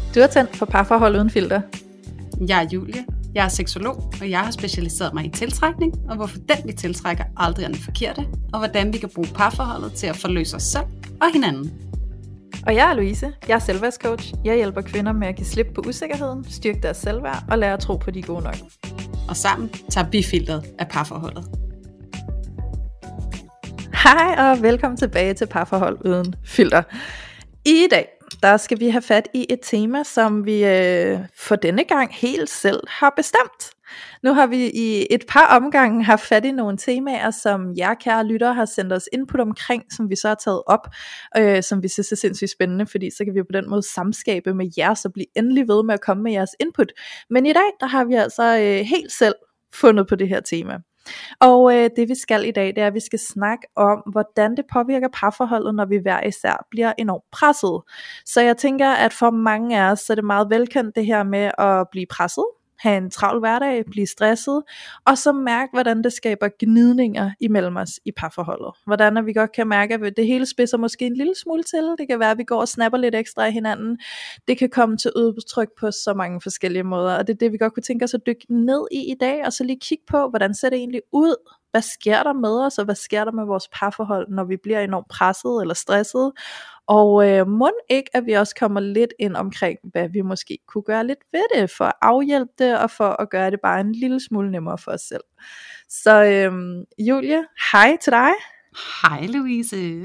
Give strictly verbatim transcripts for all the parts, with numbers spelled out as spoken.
Du er tændt for parforhold uden filter. Jeg er Julie. Jeg er seksolog, og jeg har specialiseret mig i tiltrækning, og hvorfor den vi tiltrækker aldrig er den forkerte, og hvordan vi kan bruge parforholdet til at forløse os selv og hinanden. Og jeg er Louise. Jeg er selvværdscoach. Jeg hjælper kvinder med at give slip på usikkerheden, styrke deres selvværd og lære at tro på, de er gode nok. Og sammen tager vi filteret af parforholdet. Hej og velkommen tilbage til Parforhold uden filter. I dag der skal vi have fat i et tema, som vi øh, for denne gang helt selv har bestemt. Nu har vi i et par omgange haft fat i nogle temaer, som jer kære lyttere har sendt os input omkring, som vi så har taget op, øh, som vi synes er sindssygt spændende, fordi så kan vi på den måde samskabe med jer, så blive endelig ved med at komme med jeres input. Men i dag, der har vi altså øh, helt selv fundet på det her tema. Og øh, det vi skal i dag, det er at vi skal snakke om hvordan det påvirker parforholdet, når vi hver især bliver enormt presset. Så jeg tænker at for mange af os så er det meget velkendt det her med at blive presset, have en travl hverdag, blive stresset, og så mærke hvordan det skaber gnidninger imellem os i parforholdet. Hvordan at vi godt kan mærke at det hele spidser måske en lille smule til. Det kan være at vi går og snapper lidt ekstra af hinanden. Det kan komme til udtryk på så mange forskellige måder, og det er det vi godt kunne tænke os at dykke ned i i dag, og så lige kigge på hvordan ser det egentlig ud. Hvad sker der med os, og hvad sker der med vores parforhold, når vi bliver enormt presset eller stresset? Og øh, mon ikke, at vi også kommer lidt ind omkring, hvad vi måske kunne gøre lidt ved det, for at afhjælpe det, og for at gøre det bare en lille smule nemmere for os selv. Så øh, Julie, hej til dig. Hej Louise.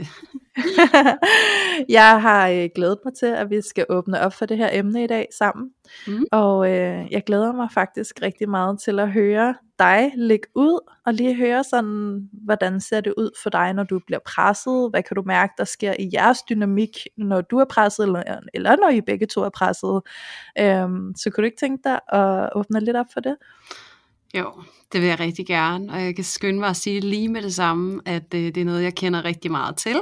Jeg har øh, glædet mig til, at vi skal åbne op for det her emne i dag sammen. Mm. Og øh, jeg glæder mig faktisk rigtig meget til at høre dig lægge ud, og lige høre sådan, hvordan ser det ud for dig, når du bliver presset? Hvad kan du mærke, der sker i jeres dynamik, når du er presset, eller, eller når I begge to er presset? Øhm, så kunne du ikke tænke dig at åbne lidt op for det? Jo, det vil jeg rigtig gerne, og jeg kan skynde mig at sige lige med det samme, at øh, det er noget, jeg kender rigtig meget til.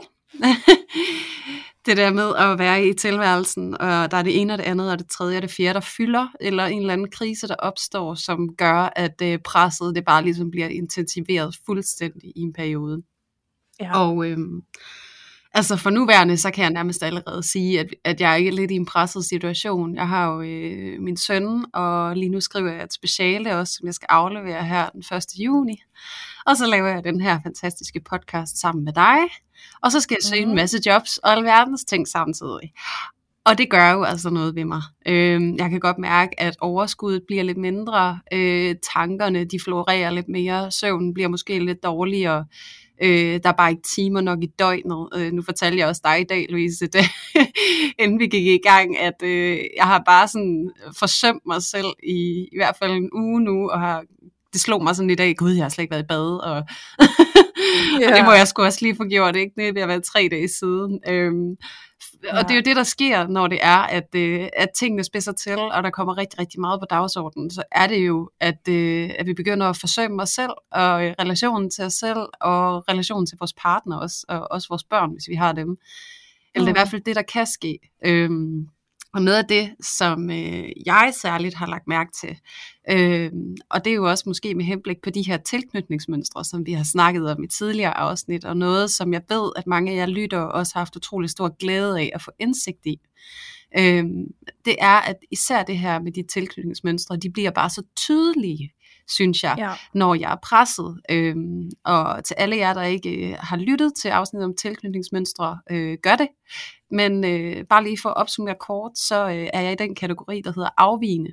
Det der med at være i tilværelsen, og der er det ene og det andet, og det tredje og det fjerde, der fylder, eller en eller anden krise, der opstår, som gør, at øh, presset det bare ligesom bliver intensiveret fuldstændig i en periode. Ja. Og øh, altså for nuværende, så kan jeg nærmest allerede sige, at, at jeg er ikke lidt i en presset situation. Jeg har jo øh, min søn, og lige nu skriver jeg et speciale også, som jeg skal aflevere her den første juni. Og så laver jeg den her fantastiske podcast sammen med dig. Og så skal jeg søge en masse jobs og alverdens ting samtidig. Og det gør jo altså noget ved mig. Øh, jeg kan godt mærke, at overskuddet bliver lidt mindre. Øh, tankerne, de florerer lidt mere. Søvnen bliver måske lidt dårligere. Øh, der er bare ikke timer nok i døgnet. Øh, nu fortalte jeg også dig i dag, Louise, det, inden vi gik i gang, at øh, jeg har bare sådan forsømt mig selv i i hvert fald en uge nu, og har, det slog mig sådan i dag, gud, jeg har slet ikke været i bad, og, yeah. og det må jeg sgu også lige få gjort, ikke? Det er ved at være tre dage siden. Øhm, ja. Og det er jo det, der sker, når det er, at, øh, at tingene spidser til, og der kommer rigtig, rigtig meget på dagsordenen, så er det jo, at, øh, at vi begynder at forsømme os selv, og øh, relationen til os selv, og relationen til vores partner også, og også vores børn, hvis vi har dem. Eller mm. det er i hvert fald det, der kan ske. Øhm, Og noget af det, som øh, jeg særligt har lagt mærke til, øh, og det er jo også måske med henblik på de her tilknytningsmønstre, som vi har snakket om i tidligere afsnit, og noget, som jeg ved, at mange af jer lytter også har haft utrolig stor glæde af at få indsigt i, øh, det er, at især det her med de tilknytningsmønstre, de bliver bare så tydelige, synes jeg, ja. Når jeg er presset. Øhm, og til alle jer, der ikke øh, har lyttet til afsnittet om tilknytningsmønstre, øh, gør det. Men øh, bare lige for at opsummere kort, så øh, er jeg i den kategori, der hedder afvigende.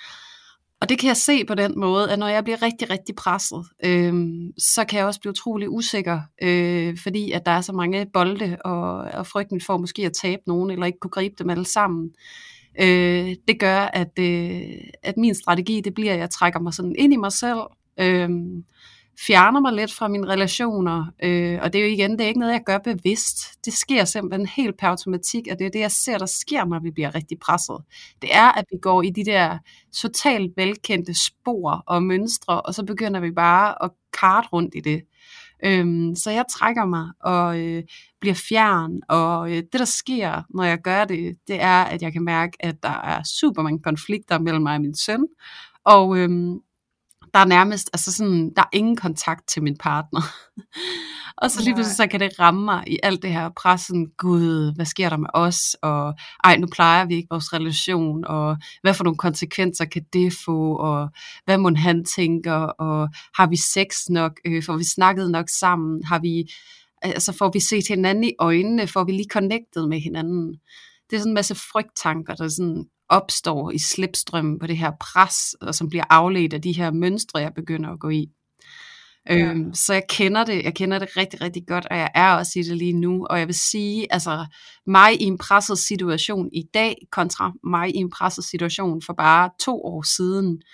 Og det kan jeg se på den måde, at når jeg bliver rigtig, rigtig presset, øh, så kan jeg også blive utrolig usikker, øh, fordi at der er så mange bolde, og, og frygten for måske at tabe nogen, eller ikke kunne gribe dem alle sammen. Øh, det gør, at, øh, at min strategi, det bliver, at jeg trækker mig sådan ind i mig selv, øh, fjerner mig lidt fra mine relationer, øh, og det er jo igen, det er ikke noget, jeg gør bevidst. Det sker simpelthen helt per automatik, og det er det, jeg ser, der sker, når vi bliver rigtig presset. Det er, at vi går i de der totalt velkendte spor og mønstre, og så begynder vi bare at karte rundt i det. Øhm, så jeg trækker mig og øh, bliver fjern, og øh, det der sker, når jeg gør det, det er, at jeg kan mærke, at der er super mange konflikter mellem mig og min søn, og øh, der er nærmest, altså sådan, der er ingen kontakt til min partner. Og så lige pludselig så kan det ramme mig i alt det her pressen, gud, hvad sker der med os, og ej, nu plejer vi ikke vores relation, og hvad for nogle konsekvenser kan det få, og hvad må han tænker, og har vi sex nok, øh, får vi snakket nok sammen, har vi, altså får vi set hinanden i øjnene, får vi lige connected med hinanden. Det er sådan en masse frygttanker, der sådan opstår i slipstrømmen på det her pres, og som bliver afledt af de her mønstre, jeg begynder at gå i. Ja. Øhm, så jeg kender det, jeg kender det rigtig, rigtig godt, og jeg er også i det lige nu, og jeg vil sige, altså mig i en presset situation i dag, kontra mig i en presset situation for bare to år siden,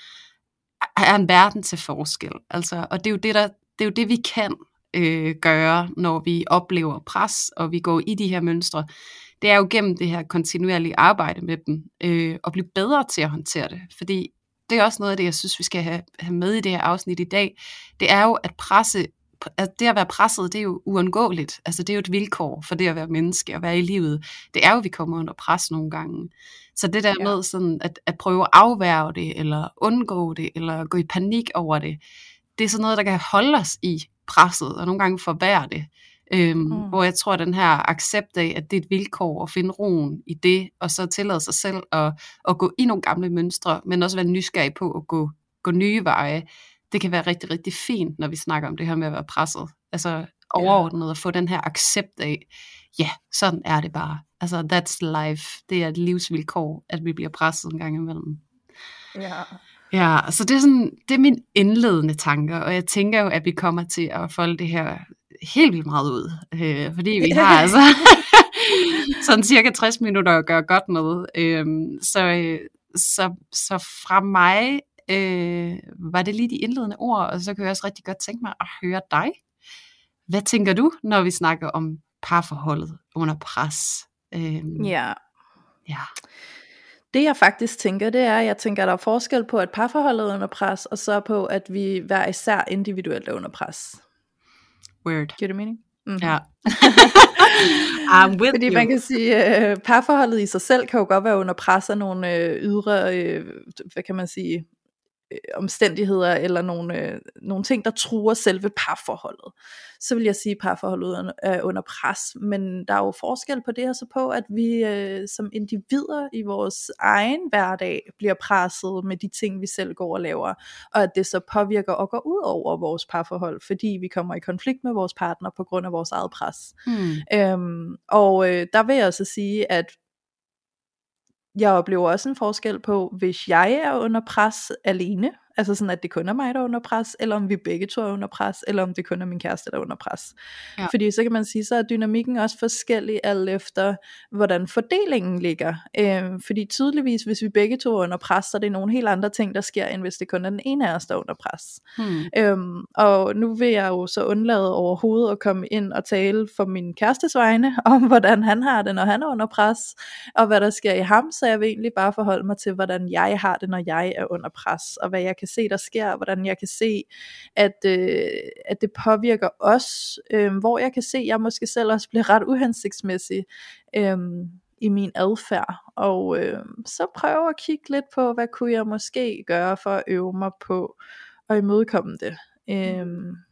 er en verden til forskel, altså, og det er jo det, der, det er jo det, vi kan øh, gøre, når vi oplever pres, og vi går i de her mønstre. Det er jo gennem det her kontinuerlige arbejde med dem, øh, og blive bedre til at håndtere det, fordi det er også noget af det, jeg synes, vi skal have, have med i det her afsnit i dag. Det er jo, at presse, at det at være presset, det er jo uundgåeligt. Altså det er jo et vilkår for det at være menneske og være i livet. Det er jo, at vi kommer under pres nogle gange. Så det der ja. med sådan at, at prøve at afværge det, eller undgå det, eller gå i panik over det, det er sådan noget, der kan holde os i presset, og nogle gange forværre det. Øhm, mm. Hvor jeg tror, at den her accept af, at det er et vilkår at finde roen i det, og så tillade sig selv at, at gå i nogle gamle mønstre, men også være nysgerrig på at gå, gå nye veje, det kan være rigtig, rigtig fint, når vi snakker om det her med at være presset. Altså overordnet at få den her accept af, ja, sådan er det bare. Altså that's life. Det er et livsvilkår, at vi bliver presset en gang imellem. Ja. Ja, så det er sådan, det er mine indledende tanker, og jeg tænker jo, at vi kommer til at folde det her helt vildt meget ud, øh, fordi vi har altså sådan cirka tres minutter at gøre godt med. Øh, så, øh, så, så fra mig øh, var det lige de indledende ord, og så kan jeg også rigtig godt tænke mig at høre dig. Hvad tænker du, når vi snakker om parforholdet under pres? Øh, ja. ja. Det jeg faktisk tænker, det er, at jeg tænker, at der er forskel på, at parforholdet er under pres, og så på, at vi hver især individuelt er under pres. Weird. Giver det mening? Mm. Ja. I'm with Fordi you. man kan sige, at uh, parforholdet i sig selv kan jo godt være under pres af nogle øh, ydre, øh, hvad kan man sige, øh, omstændigheder, eller nogle, øh, nogle ting, der truer selve parforholdet. Så vil jeg sige, at parforholdet er under pres, men der er jo forskel på det, og så på, at vi øh, som individer i vores egen hverdag bliver presset med de ting, vi selv går og laver, og at det så påvirker og går ud over vores parforhold, fordi vi kommer i konflikt med vores partner på grund af vores eget pres. Hmm. Øhm, og øh, der vil jeg så sige, at jeg oplever også en forskel på, hvis jeg er under pres alene, altså sådan, at det kun er mig, der er under pres, eller om vi begge to er under pres, eller om det kun er min kæreste, der er under pres. Ja. Fordi så kan man sige, så er dynamikken også forskellig, alt efter, hvordan fordelingen ligger. Øhm, fordi tydeligvis, hvis vi begge to er under pres, så er det nogle helt andre ting, der sker, end hvis det kun er den ene af os, der er under pres. Hmm. Øhm, og nu vil jeg jo så undlade overhovedet at komme ind og tale for min kærestes vegne, om hvordan han har det, når han er under pres, og hvad der sker i ham, så jeg vil egentlig bare forholde mig til, hvordan jeg har det, når jeg er under pres, og hvad jeg kan se, der sker, hvordan jeg kan se, at, øh, at det påvirker os, øh, hvor jeg kan se, at jeg måske selv også bliver ret uhensigtsmæssig øh, i min adfærd, og øh, så prøve at kigge lidt på, hvad kunne jeg måske gøre for at øve mig på at imødekomme det. Øh,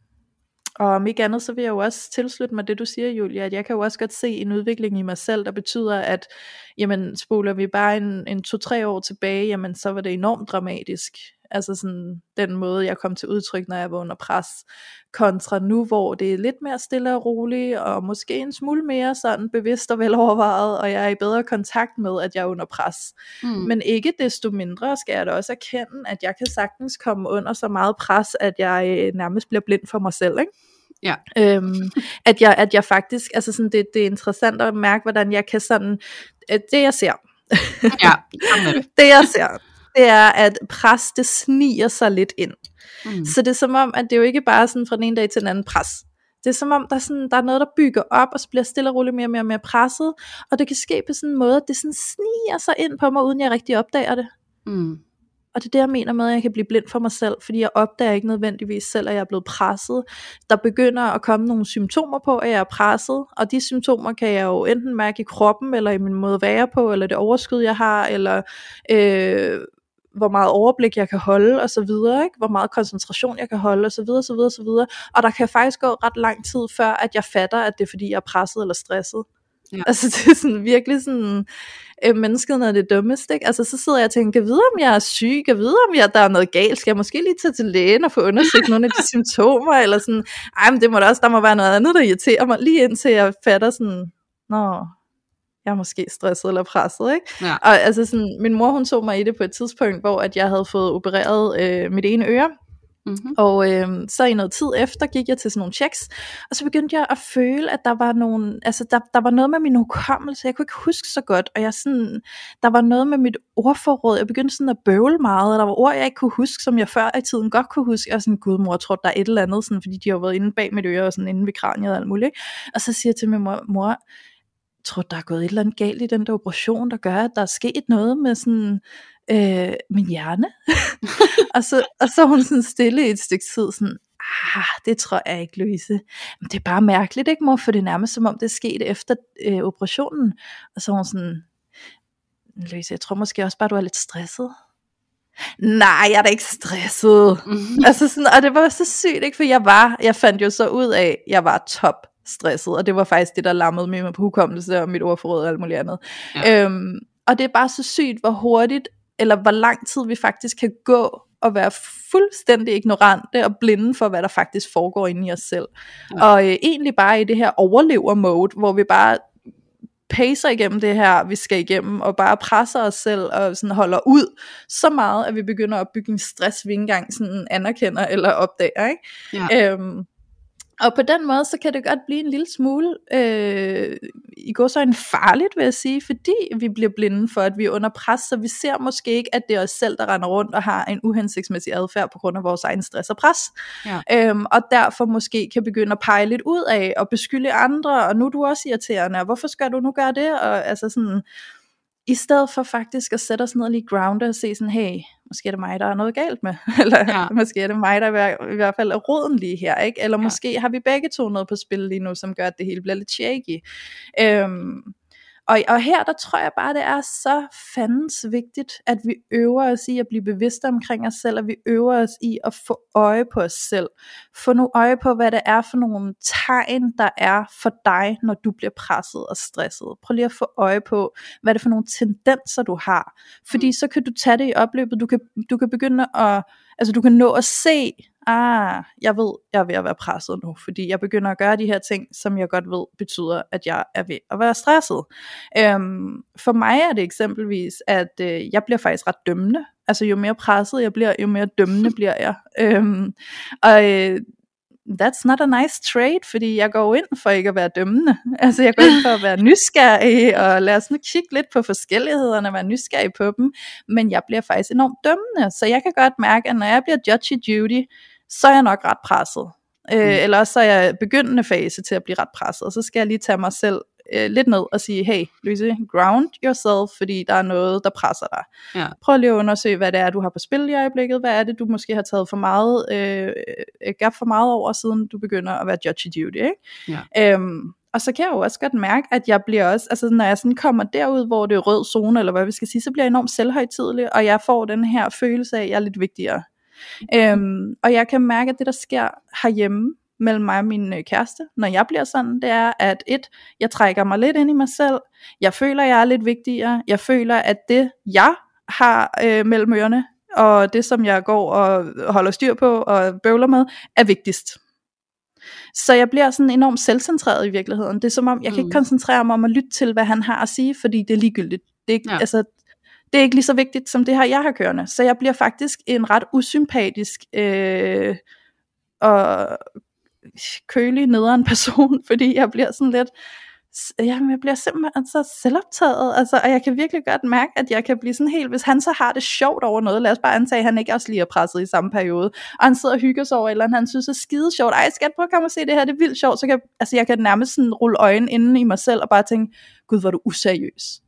og om ikke andet, så vil jeg jo også tilslutte mig det, du siger, Julia, at jeg kan jo også godt se en udvikling i mig selv, der betyder, at jamen, spoler vi bare en, en to-tre år tilbage, jamen så var det enormt dramatisk. Altså sådan den måde, jeg kom til udtryk, når jeg var under pres, kontra nu, hvor det er lidt mere stille og roligt, og måske en smule mere sådan bevidst og velovervejet, og jeg er i bedre kontakt med, at jeg er under pres. Mm. Men ikke desto mindre skal jeg da også erkende, at jeg kan sagtens komme under så meget pres, at jeg nærmest bliver blind for mig selv, ikke? Ja. Øhm, at, jeg, at jeg faktisk, altså sådan, det, det er interessant at mærke, hvordan jeg kan sådan, det jeg ser, ja, det jeg ser, det er, at pres, det sniger sig lidt ind. Mm. Så det er som om, at det er jo ikke bare sådan fra den ene dag til den anden pres. Det er som om, der er, sådan, der er noget, der bygger op, og så bliver stille og roligt mere og mere, mere presset, og det kan ske på sådan en måde, at det sådan sniger sig ind på mig, uden jeg rigtig opdager det. Mm. Og det er det, jeg mener med, at jeg kan blive blind for mig selv, fordi jeg opdager ikke nødvendigvis selv, at jeg er blevet presset. Der begynder at komme nogle symptomer på, at jeg er presset, og de symptomer kan jeg jo enten mærke i kroppen, eller i min måde at være på, eller det overskud, jeg har, eller øh, hvor meget overblik jeg kan holde, og så videre, ikke? Hvor meget koncentration jeg kan holde, og så videre, så videre, så videre. Og der kan faktisk gå ret lang tid, før at jeg fatter, at det er fordi, jeg er presset eller stresset. Ja. Altså det er sådan virkelig sådan, øh, mennesket er det dummeste, ikke? Altså så sidder jeg og tænker, kan jeg vide, om jeg er syg, kan jeg vide, om jeg, der er noget galt, skal jeg måske lige tage til lægen og få undersøgt nogle af de symptomer, eller sådan, ej, men det må da også, der må være noget andet, der irriterer mig, lige indtil jeg fatter sådan, nå, jeg er måske stresset eller presset, ikke? Ja. Og altså sådan, min mor, hun tog mig i det på et tidspunkt, hvor at jeg havde fået opereret øh, mit ene øre, mm-hmm. og øh, så i noget tid efter gik jeg til sådan nogle checks, og så begyndte jeg at føle, at der var nogle, altså der, der var noget med min hukommelse, jeg kunne ikke huske så godt, og jeg sådan, der var noget med mit ordforråd, jeg begyndte sådan at bøvle meget, og der var ord, jeg ikke kunne huske, som jeg før i tiden godt kunne huske, og sådan, gud mor, jeg tror, der er et eller andet, sådan, fordi de har været inde bag mit øre, og sådan inde ved kraniet og alt muligt, og så siger jeg til min mor, mor, jeg tror, der er gået et eller andet galt i den der operation, der gør, at der er sket noget med sådan, øh, min hjerne. og, så, og så er hun sådan stille i et stykke tid, sådan, ah, det tror jeg ikke, Louise. Men det er bare mærkeligt, ikke mor, for det er nærmest som om det er sket efter øh, operationen. Og så er hun sådan, Louise, jeg tror måske også bare, du er lidt stresset. Nej, jeg er da ikke stresset. Mm-hmm. Altså sådan, og det var så sygt, ikke? For jeg var, jeg fandt jo så ud af, jeg var top stresset, og det var faktisk det, der lammede mig på hukommelse og mit ordforråd og alt muligt andet. Ja. Øhm, og det er bare så sygt, hvor hurtigt, eller hvor lang tid vi faktisk kan gå og være fuldstændig ignorante og blinde for, hvad der faktisk foregår inde i os selv. Ja. Og øh, egentlig bare i det her overlever-mode, hvor vi bare pacer igennem det her, vi skal igennem, og bare presser os selv, og sådan holder ud så meget, at vi begynder at bygge en stress, vi ikke engang sådan anerkender eller opdager, ikke? Ja. Øhm, Og på den måde, så kan det godt blive en lille smule, øh, i går så en farligt, vil jeg sige, fordi vi bliver blinde for, at vi er under pres, så vi ser måske ikke, at det er os selv, der render rundt og har en uhensigtsmæssig adfærd på grund af vores egen stress og pres. Ja. Øhm, og derfor måske kan begynde at pege lidt ud af, og beskylde andre, og nu er du også irriterende, og hvorfor skal du nu gøre det? Og altså sådan, i stedet for faktisk at sætte os ned og lige grounde og se sådan, hey, måske er det mig, der er noget galt med, eller ja. måske er det mig, der er, i hvert fald er roden lige her, ikke? Eller ja. måske har vi begge to noget på spil lige nu, som gør, at det hele bliver lidt shaky. Øhm, og, og her, der tror jeg bare, det er så fandens vigtigt, at vi øver os i at blive bevidste omkring os selv, og vi øver os i at få øje på os selv. Få nu øje på, hvad det er for nogle tegn, der er for dig, når du bliver presset og stresset. Prøv lige at få øje på, hvad det er for nogle tendenser, du har. Fordi så kan du tage det i opløbet, du kan, du kan begynde at, altså du kan nå at se, ah, jeg ved, jeg er ved at være presset nu, fordi jeg begynder at gøre de her ting, som jeg godt ved betyder, at jeg er ved at være stresset. Øhm, for mig er det eksempelvis, at øh, jeg bliver faktisk ret dømmende. Altså jo mere presset jeg bliver, jo mere dømmende bliver jeg. Øhm, og øh, that's not a nice trait, fordi jeg går ind for ikke at være dømmende. Altså jeg går ind for at være nysgerrig, og lad os nu kigge lidt på forskellighederne, og være nysgerrig på dem, men jeg bliver faktisk enormt dømmende, så jeg kan godt mærke, at når jeg bliver judgy Judy, så er jeg nok ret presset. Mm. Øh, eller også så er jeg begyndende fase til at blive ret presset, og så skal jeg lige tage mig selv øh, lidt ned og sige, hey Louise, ground yourself, fordi der er noget, der presser dig. Ja. Prøv lige at undersøge, hvad det er, du har på spil i øjeblikket. Hvad er det, du måske har taget for meget, øh, gab for meget over, siden du begynder at være judgy duty, ikke? Ja. Øhm, og så kan jeg jo også godt mærke, at jeg bliver også, altså når jeg sådan kommer derud, hvor det er rød zone, eller hvad vi skal sige, så bliver jeg enormt selvhøjtidelig, og jeg får den her følelse af, at jeg er lidt vigtigere. Øhm, og jeg kan mærke, at det der sker herhjemme mellem mig og min øh, kæreste, når jeg bliver sådan, det er, at et, jeg trækker mig lidt ind i mig selv, jeg føler, jeg er lidt vigtigere, jeg føler, at det jeg har øh, mellem ørerne, og det som jeg går og holder styr på og bøvler med, er vigtigst. Så jeg bliver sådan enormt selvcentreret i virkeligheden. Det er som om, jeg kan ikke koncentrere mig om at lytte til, hvad han har at sige, fordi det er ligegyldigt. Det er ikke, ja. altså, det er ikke lige så vigtigt, som det her, jeg har kørende. Så jeg bliver faktisk en ret usympatisk øh, og kølig nederen person, fordi jeg bliver sådan lidt, jamen, jeg bliver simpelthen så selvoptaget, altså, og jeg kan virkelig godt mærke, at jeg kan blive sådan helt, hvis han så har det sjovt over noget, lad os bare antage, at han ikke også lige er presset i samme periode, og han sidder og hygger sig over, eller han synes er skide sjovt, ej skat, prøv at komme og se det her, det er vildt sjovt, så kan, altså, jeg kan nærmest sådan rulle øjnene inde i mig selv, og bare tænke, gud, hvor er du useriøs.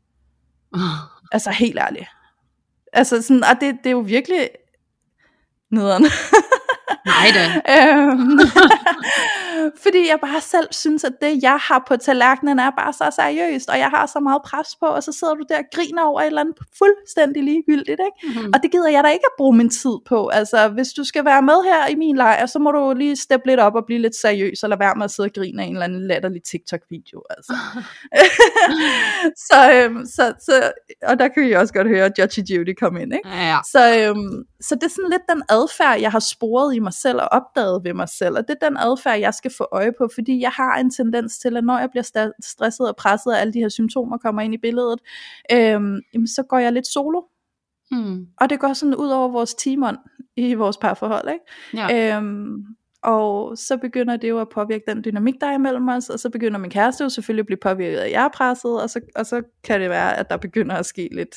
Altså helt ærligt. Altså sådan, og det, det er jo virkelig nederen. Nej da. øhm, fordi jeg bare selv synes, at det jeg har på tallerkenen er bare så seriøst, og jeg har så meget pres på, og så sidder du der og griner over et eller andet fuldstændig ligegyldigt, ikke? Mm-hmm. Og det gider jeg da ikke at bruge min tid på. Altså, hvis du skal være med her i min lejr, så må du lige steppe lidt op og blive lidt seriøs, og lade være med at sidde og grine af en eller anden latterlig TikTok-video, altså. så, øhm, så, så, og der kan jeg også godt høre Judgy Judy komme ind, ikke? Ja. Så, øhm, så det er sådan lidt den adfærd, jeg har sporet i mig selv og opdaget ved mig selv, og det er den adfærd, jeg skal få øje på, fordi jeg har en tendens til, at når jeg bliver st- stresset og presset, og alle de her symptomer kommer ind i billedet, øhm, jamen, så går jeg lidt solo. Hmm. Og det går sådan ud over vores teamånd i vores parforhold, ikke? Ja. Øhm, og så begynder det jo at påvirke den dynamik, der er imellem os, og så begynder min kæreste jo selvfølgelig at blive påvirket af, at jeg er presset, og så, og så kan det være, at der begynder at ske lidt,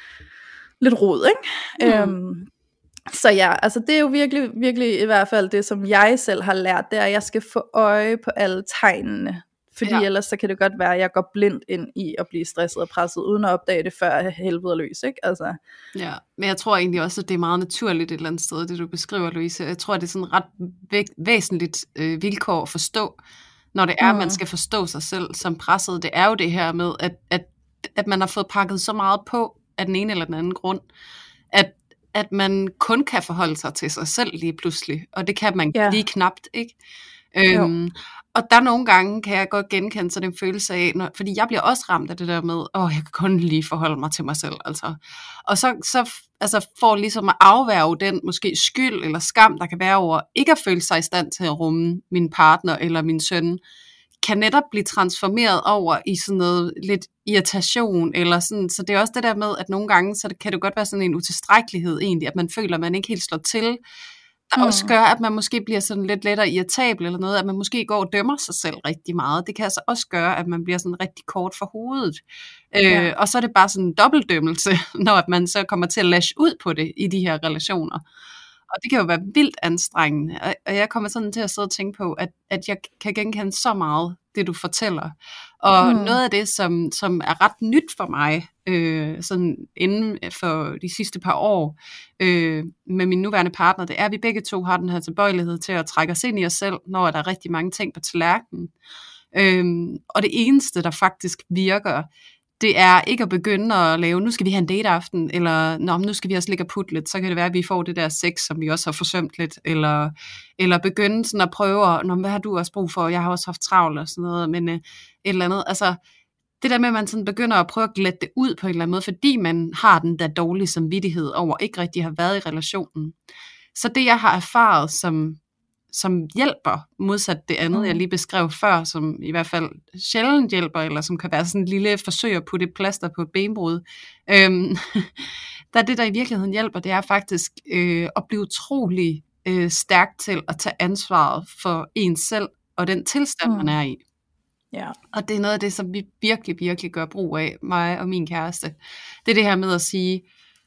lidt rod, ikke? Hmm. Øhm, Så ja, altså det er jo virkelig, virkelig i hvert fald det, som jeg selv har lært, det er, at jeg skal få øje på alle tegnene. Fordi ja. Ellers så kan det godt være, at jeg går blindt ind i at blive stresset og presset, uden at opdage det, før helvede er løs, ikke? Altså. Ja, men jeg tror egentlig også, at det er meget naturligt et eller andet sted, det du beskriver, Louise. Jeg tror, det er sådan ret væ- væsentligt øh, vilkår at forstå, når det er, mm. man skal forstå sig selv som presset. Det er jo det her med, at, at, at man har fået pakket så meget på af den ene eller den anden grund, at at man kun kan forholde sig til sig selv lige pludselig, og det kan man yeah. lige knapt, ikke? Øhm, og der nogle gange kan jeg godt genkende sådan en følelse af, når, fordi jeg bliver også ramt af det der med, åh, jeg kan kun lige forholde mig til mig selv, altså. Og så, så altså, får ligesom at afværge den måske skyld eller skam, der kan være over ikke at føle sig i stand til at rumme min partner eller min søn, kan netop blive transformeret over i sådan noget lidt irritation, eller sådan, så det er også det der med, at nogle gange, så kan det godt være sådan en utilstrækkelighed egentlig, at man føler, at man ikke helt slår til, der mm. også gør, at man måske bliver sådan lidt lettere irritabel, eller noget, at man måske går og dømmer sig selv rigtig meget. Det kan altså også gøre, at man bliver sådan rigtig kort for hovedet. Ja. Øh, og så er det bare sådan en dobbeltdømmelse, når man så kommer til at lash ud på det i de her relationer. Og det kan jo være vildt anstrengende, og jeg kommer sådan til at sidde og tænke på, at, at jeg kan genkende så meget, det du fortæller. Og mm. noget af det, som, som er ret nyt for mig, øh, sådan inden for de sidste par år, øh, med min nuværende partner, det er, at vi begge to har den her tilbøjelighed til at trække os ind i os selv, når der er rigtig mange ting på tallerkenen. Øh, og det eneste, der faktisk virker, det er ikke at begynde at lave, nu skal vi have en dateaften, eller nå, nu skal vi også ligge og putte lidt, så kan det være, at vi får det der sex, som vi også har forsømt lidt, eller, eller begynde sådan at prøve, nå, hvad har du også brug for, jeg har også haft travlt og sådan noget, men øh, et eller andet, altså det der med, at man sådan begynder at prøve at glætte det ud på en eller anden måde, fordi man har den der dårlige samvittighed over, ikke rigtig har været i relationen. Så det jeg har erfaret, som som hjælper, modsat det andet, mm. jeg lige beskrev før, som i hvert fald sjældent hjælper, eller som kan være sådan en lille forsøg at putte et plaster på et benbrud. Øhm, der det, der i virkeligheden hjælper, det er faktisk øh, at blive utrolig øh, stærk til at tage ansvaret for en selv, og den tilstand, mm. man er i. Ja. Og det er noget af det, som vi virkelig, virkelig gør brug af, mig og min kæreste. Det er det her med at sige,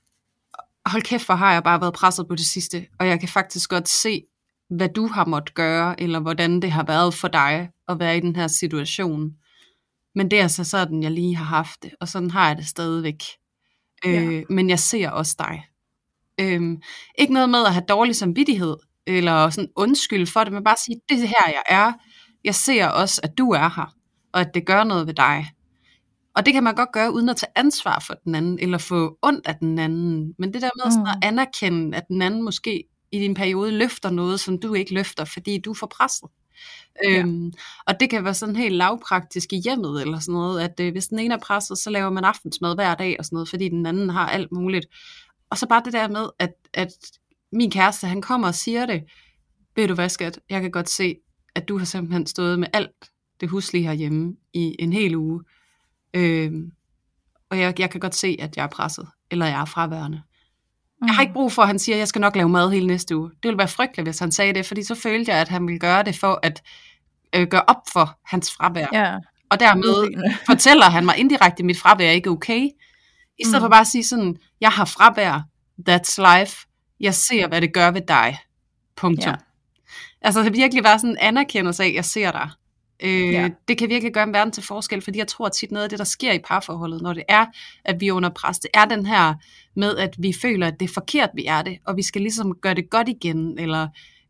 hold kæft, hvor har jeg bare været presset på det sidste, og jeg kan faktisk godt se, hvad du har måttet gøre, eller hvordan det har været for dig at være i den her situation. Men det er altså sådan, jeg lige har haft det, og sådan har jeg det stadigvæk. Ja. Øh, men jeg ser også dig. Øh, ikke noget med at have dårlig samvittighed, eller sådan undskyld for det, men bare sige, det er her, jeg er. Jeg ser også, at du er her, og at det gør noget ved dig. Og det kan man godt gøre, uden at tage ansvar for den anden, eller få ondt af den anden. Men det der med mm. sådan at anerkende, at den anden måske i din periode løfter noget, som du ikke løfter, fordi du er for presset. Ja. Øhm, og det kan være sådan helt lavpraktisk i hjemmet, eller sådan noget, at øh, hvis den ene er presset, så laver man aftensmad hver dag, og sådan noget, fordi den anden har alt muligt. Og så bare det der med, at, at min kæreste, han kommer og siger det, ved du hvad, skat, jeg kan godt se, at du har simpelthen stået med alt det huslige herhjemme i en hel uge, øhm, og jeg, jeg kan godt se, at jeg er presset, eller jeg er fraværende. Jeg har ikke brug for, at han siger, at jeg skal nok lave mad hele næste uge. Det ville være frygteligt, hvis han sagde det, fordi så følte jeg, at han ville gøre det for at øh, gøre op for hans fravær. Ja. Og dermed fortæller han mig indirekte, at mit fravær er ikke okay. I stedet mm. for bare at sige sådan, jeg har fravær, that's life, jeg ser, hvad det gør ved dig. Punktum. Ja. Altså det virkelig var sådan en anerkendelse af, at jeg ser dig. Øh, ja. Det kan virkelig gøre en verden til forskel, fordi jeg tror at tit noget af det, der sker i parforholdet, når det er, at vi er under pres, det er den her med, at vi føler, at det er forkert, vi er det, og vi skal ligesom gøre det godt igen, eller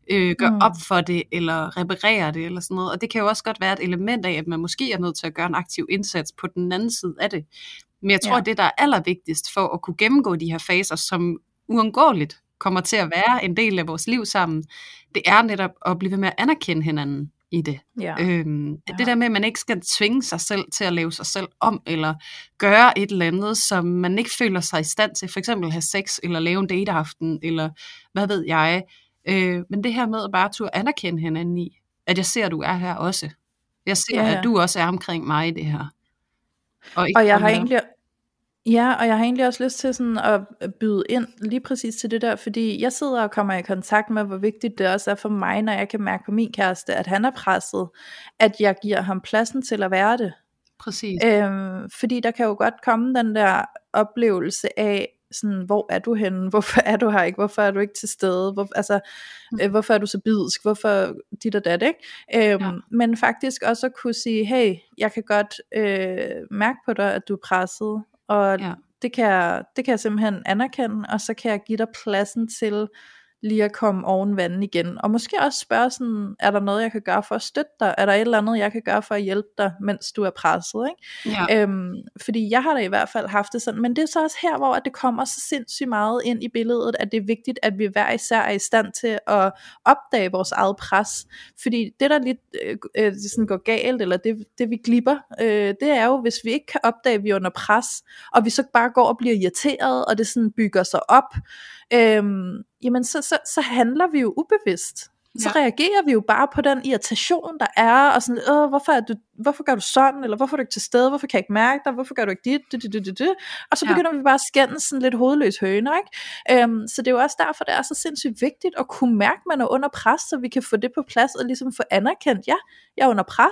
øh, gøre Mm. op for det, eller reparere det, eller sådan noget. Og det kan jo også godt være et element af, at man måske er nødt til at gøre en aktiv indsats på den anden side af det. Men jeg tror, Ja. at det, der er allervigtigst for at kunne gennemgå de her faser, som uundgåeligt kommer til at være en del af vores liv sammen, det er netop at blive ved med at anerkende hinanden i det. Ja. Øhm, Ja. det der med, at man ikke skal tvinge sig selv til at lave sig selv om, eller gøre et eller andet, som man ikke føler sig i stand til, for eksempel have sex, eller lave en dateaften, eller hvad ved jeg. Øh, men det her med at bare turde anerkende hinanden i, at jeg ser, at du er her også. Jeg ser, Ja, ja. at du også er omkring mig i det her. Og, ikke Og jeg kun har her. egentlig Ja, og jeg har egentlig også lyst til sådan at byde ind lige præcis til det der, fordi jeg sidder og kommer i kontakt med, hvor vigtigt det også er for mig, når jeg kan mærke på min kæreste, at han er presset, at jeg giver ham pladsen til at være det. Præcis. Øhm, fordi der kan jo godt komme den der oplevelse af, sådan, hvor er du henne, hvorfor er du her ikke, hvorfor er du ikke til stede, hvor, altså, Mm. øh, hvorfor er du så bidsk, hvorfor dit og dat, ikke? Øhm, Ja. Men faktisk også at kunne sige, hey, jeg kan godt øh, mærke på dig, at du er presset, og Ja. det, kan jeg, det kan jeg simpelthen anerkende, og så kan jeg give dig pladsen til lige at komme oven vandet igen, og måske også spørge sådan, er der noget jeg kan gøre for at støtte dig, er der et eller andet jeg kan gøre for at hjælpe dig, mens du er presset, ikke? Ja. Øhm, fordi jeg har da i hvert fald haft det sådan, men det er så også her, hvor det kommer så sindssygt meget ind i billedet, at det er vigtigt, at vi hver især er i stand til at opdage vores eget pres, fordi det der lidt øh, øh, sådan går galt, eller det, det vi glipper, øh, det er jo, hvis vi ikke kan opdage, at vi er under pres, og vi så bare går og bliver irriteret, og det sådan bygger sig op, øhm, jamen så, så, så handler vi jo ubevidst. Så Ja. reagerer vi jo bare på den irritation, der er, og sådan, Åh, hvorfor, er du, hvorfor gør du sådan, eller hvorfor er du ikke til stede, hvorfor kan jeg ikke mærke dig, hvorfor gør du ikke dit, dit, dit, dit, dit. Og så Ja. begynder vi bare at skændes sådan lidt hovedløs høner, ikke? Øhm, så det er jo også derfor, det er så sindssygt vigtigt at kunne mærke, at man er under pres, så vi kan få det på plads, og ligesom få anerkendt, ja, jeg er under pres,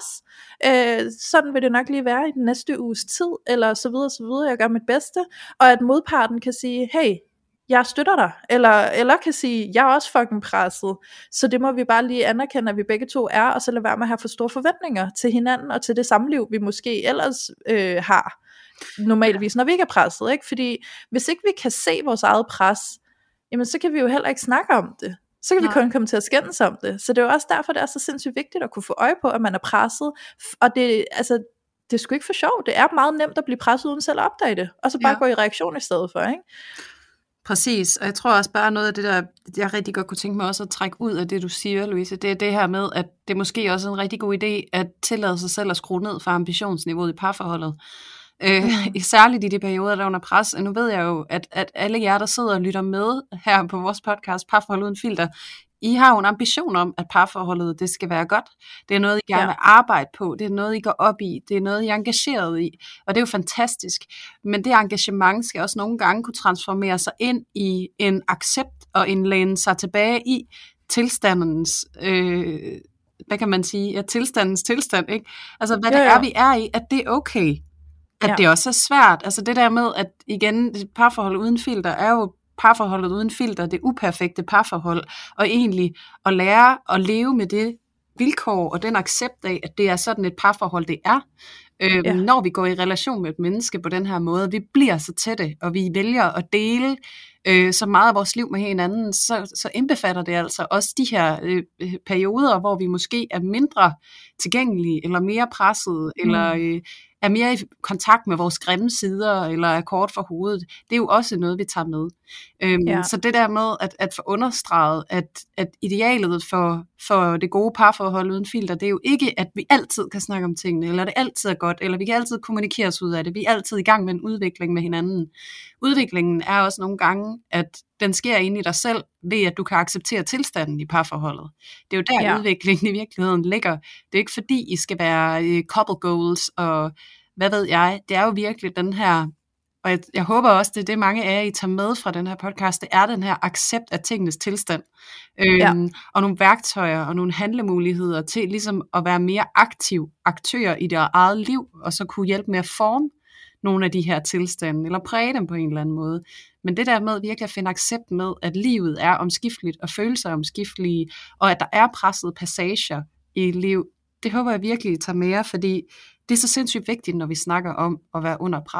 øh, sådan vil det nok lige være i den næste uges tid, eller så videre, så videre, jeg gør mit bedste, og at modparten kan sige, hey, jeg støtter dig, eller, eller kan sige, jeg er også fucking presset, så det må vi bare lige anerkende, at vi begge to er, og så lade være med at have for store forventninger til hinanden, og til det samliv, vi måske ellers øh, har, normalvis, når vi ikke er presset, ikke? Fordi hvis ikke vi kan se vores eget pres, jamen så kan vi jo heller ikke snakke om det, så kan Nej. vi kun komme til at skændes om det, så det er jo også derfor, det er så sindssygt vigtigt at kunne få øje på, at man er presset, og det, altså, det er sgu ikke for sjov, det er meget nemt at blive presset, uden selv at opdage det, og så bare Ja. gå i reaktion i stedet for, ikke? Præcis, og jeg tror også bare noget af det der, jeg rigtig godt kunne tænke mig også at trække ud af det, du siger, Louise, det er det her med, at det måske også er en rigtig god idé at tillade sig selv at skrue ned for ambitionsniveauet i parforholdet. Øh, Mm. særligt i de perioder, der er under pres. Og nu ved jeg jo, at, at alle jer, der sidder og lytter med her på vores podcast, Parforhold Uden Filter, I har jo en ambition om, at parforholdet det skal være godt. Det er noget, I gerne Ja. vil arbejde på. Det er noget, I går op i. Det er noget, I er engageret i. Og det er jo fantastisk. Men det engagement skal også nogle gange kunne transformere sig ind i en accept og en læne sig tilbage i tilstandens, øh, hvad kan man sige, ja, tilstandens tilstand, ikke? Altså, hvad Jo, det jo. er, vi er i, at det er okay. At Ja. det også er svært. Altså det der med, at igen, parforhold uden filter er jo parforholdet uden filter, det uperfekte parforhold, og egentlig at lære at leve med det vilkår og den accept af, at det er sådan et parforhold, det er. Øhm, Ja. Når vi går i relation med et menneske på den her måde, vi bliver så tætte, og vi vælger at dele øh, så meget af vores liv med hinanden, så, så indbefatter det altså også de her øh, perioder, hvor vi måske er mindre tilgængelige, eller mere pressede, mm. eller øh, er mere i kontakt med vores grimme sider, eller er kort for hovedet. Det er jo også noget, vi tager med. Øhm, Ja. Så det der med at, at få understreget, at, at idealet for, for det gode parforhold uden filter, det er jo ikke, at vi altid kan snakke om tingene, eller det altid er godt, eller vi kan altid kommunikere os ud af det. Vi er altid i gang med en udvikling med hinanden. Udviklingen er også nogle gange, at den sker inde i dig selv, ved at du kan acceptere tilstanden i parforholdet. Det er jo der, Ja. ja. udviklingen i virkeligheden ligger. Det er ikke fordi, I skal være øh, couple goals, og hvad ved jeg. Det er jo virkelig den her, og jeg, jeg håber også, det er det, mange af jer, I tager med fra den her podcast, det er den her accept af tingenes tilstand. Øhm, Ja. Og nogle værktøjer og nogle handlemuligheder til ligesom at være mere aktiv aktør i deres eget liv, og så kunne hjælpe med at forme nogle af de her tilstande, eller præge dem på en eller anden måde. Men det der med virkelig at finde accept med, at livet er omskifteligt, og følelser er omskiftelige, og at der er pressede passager i et liv, det håber jeg virkelig, I tager med jer, fordi det er så sindssygt vigtigt, når vi snakker om at være under pres.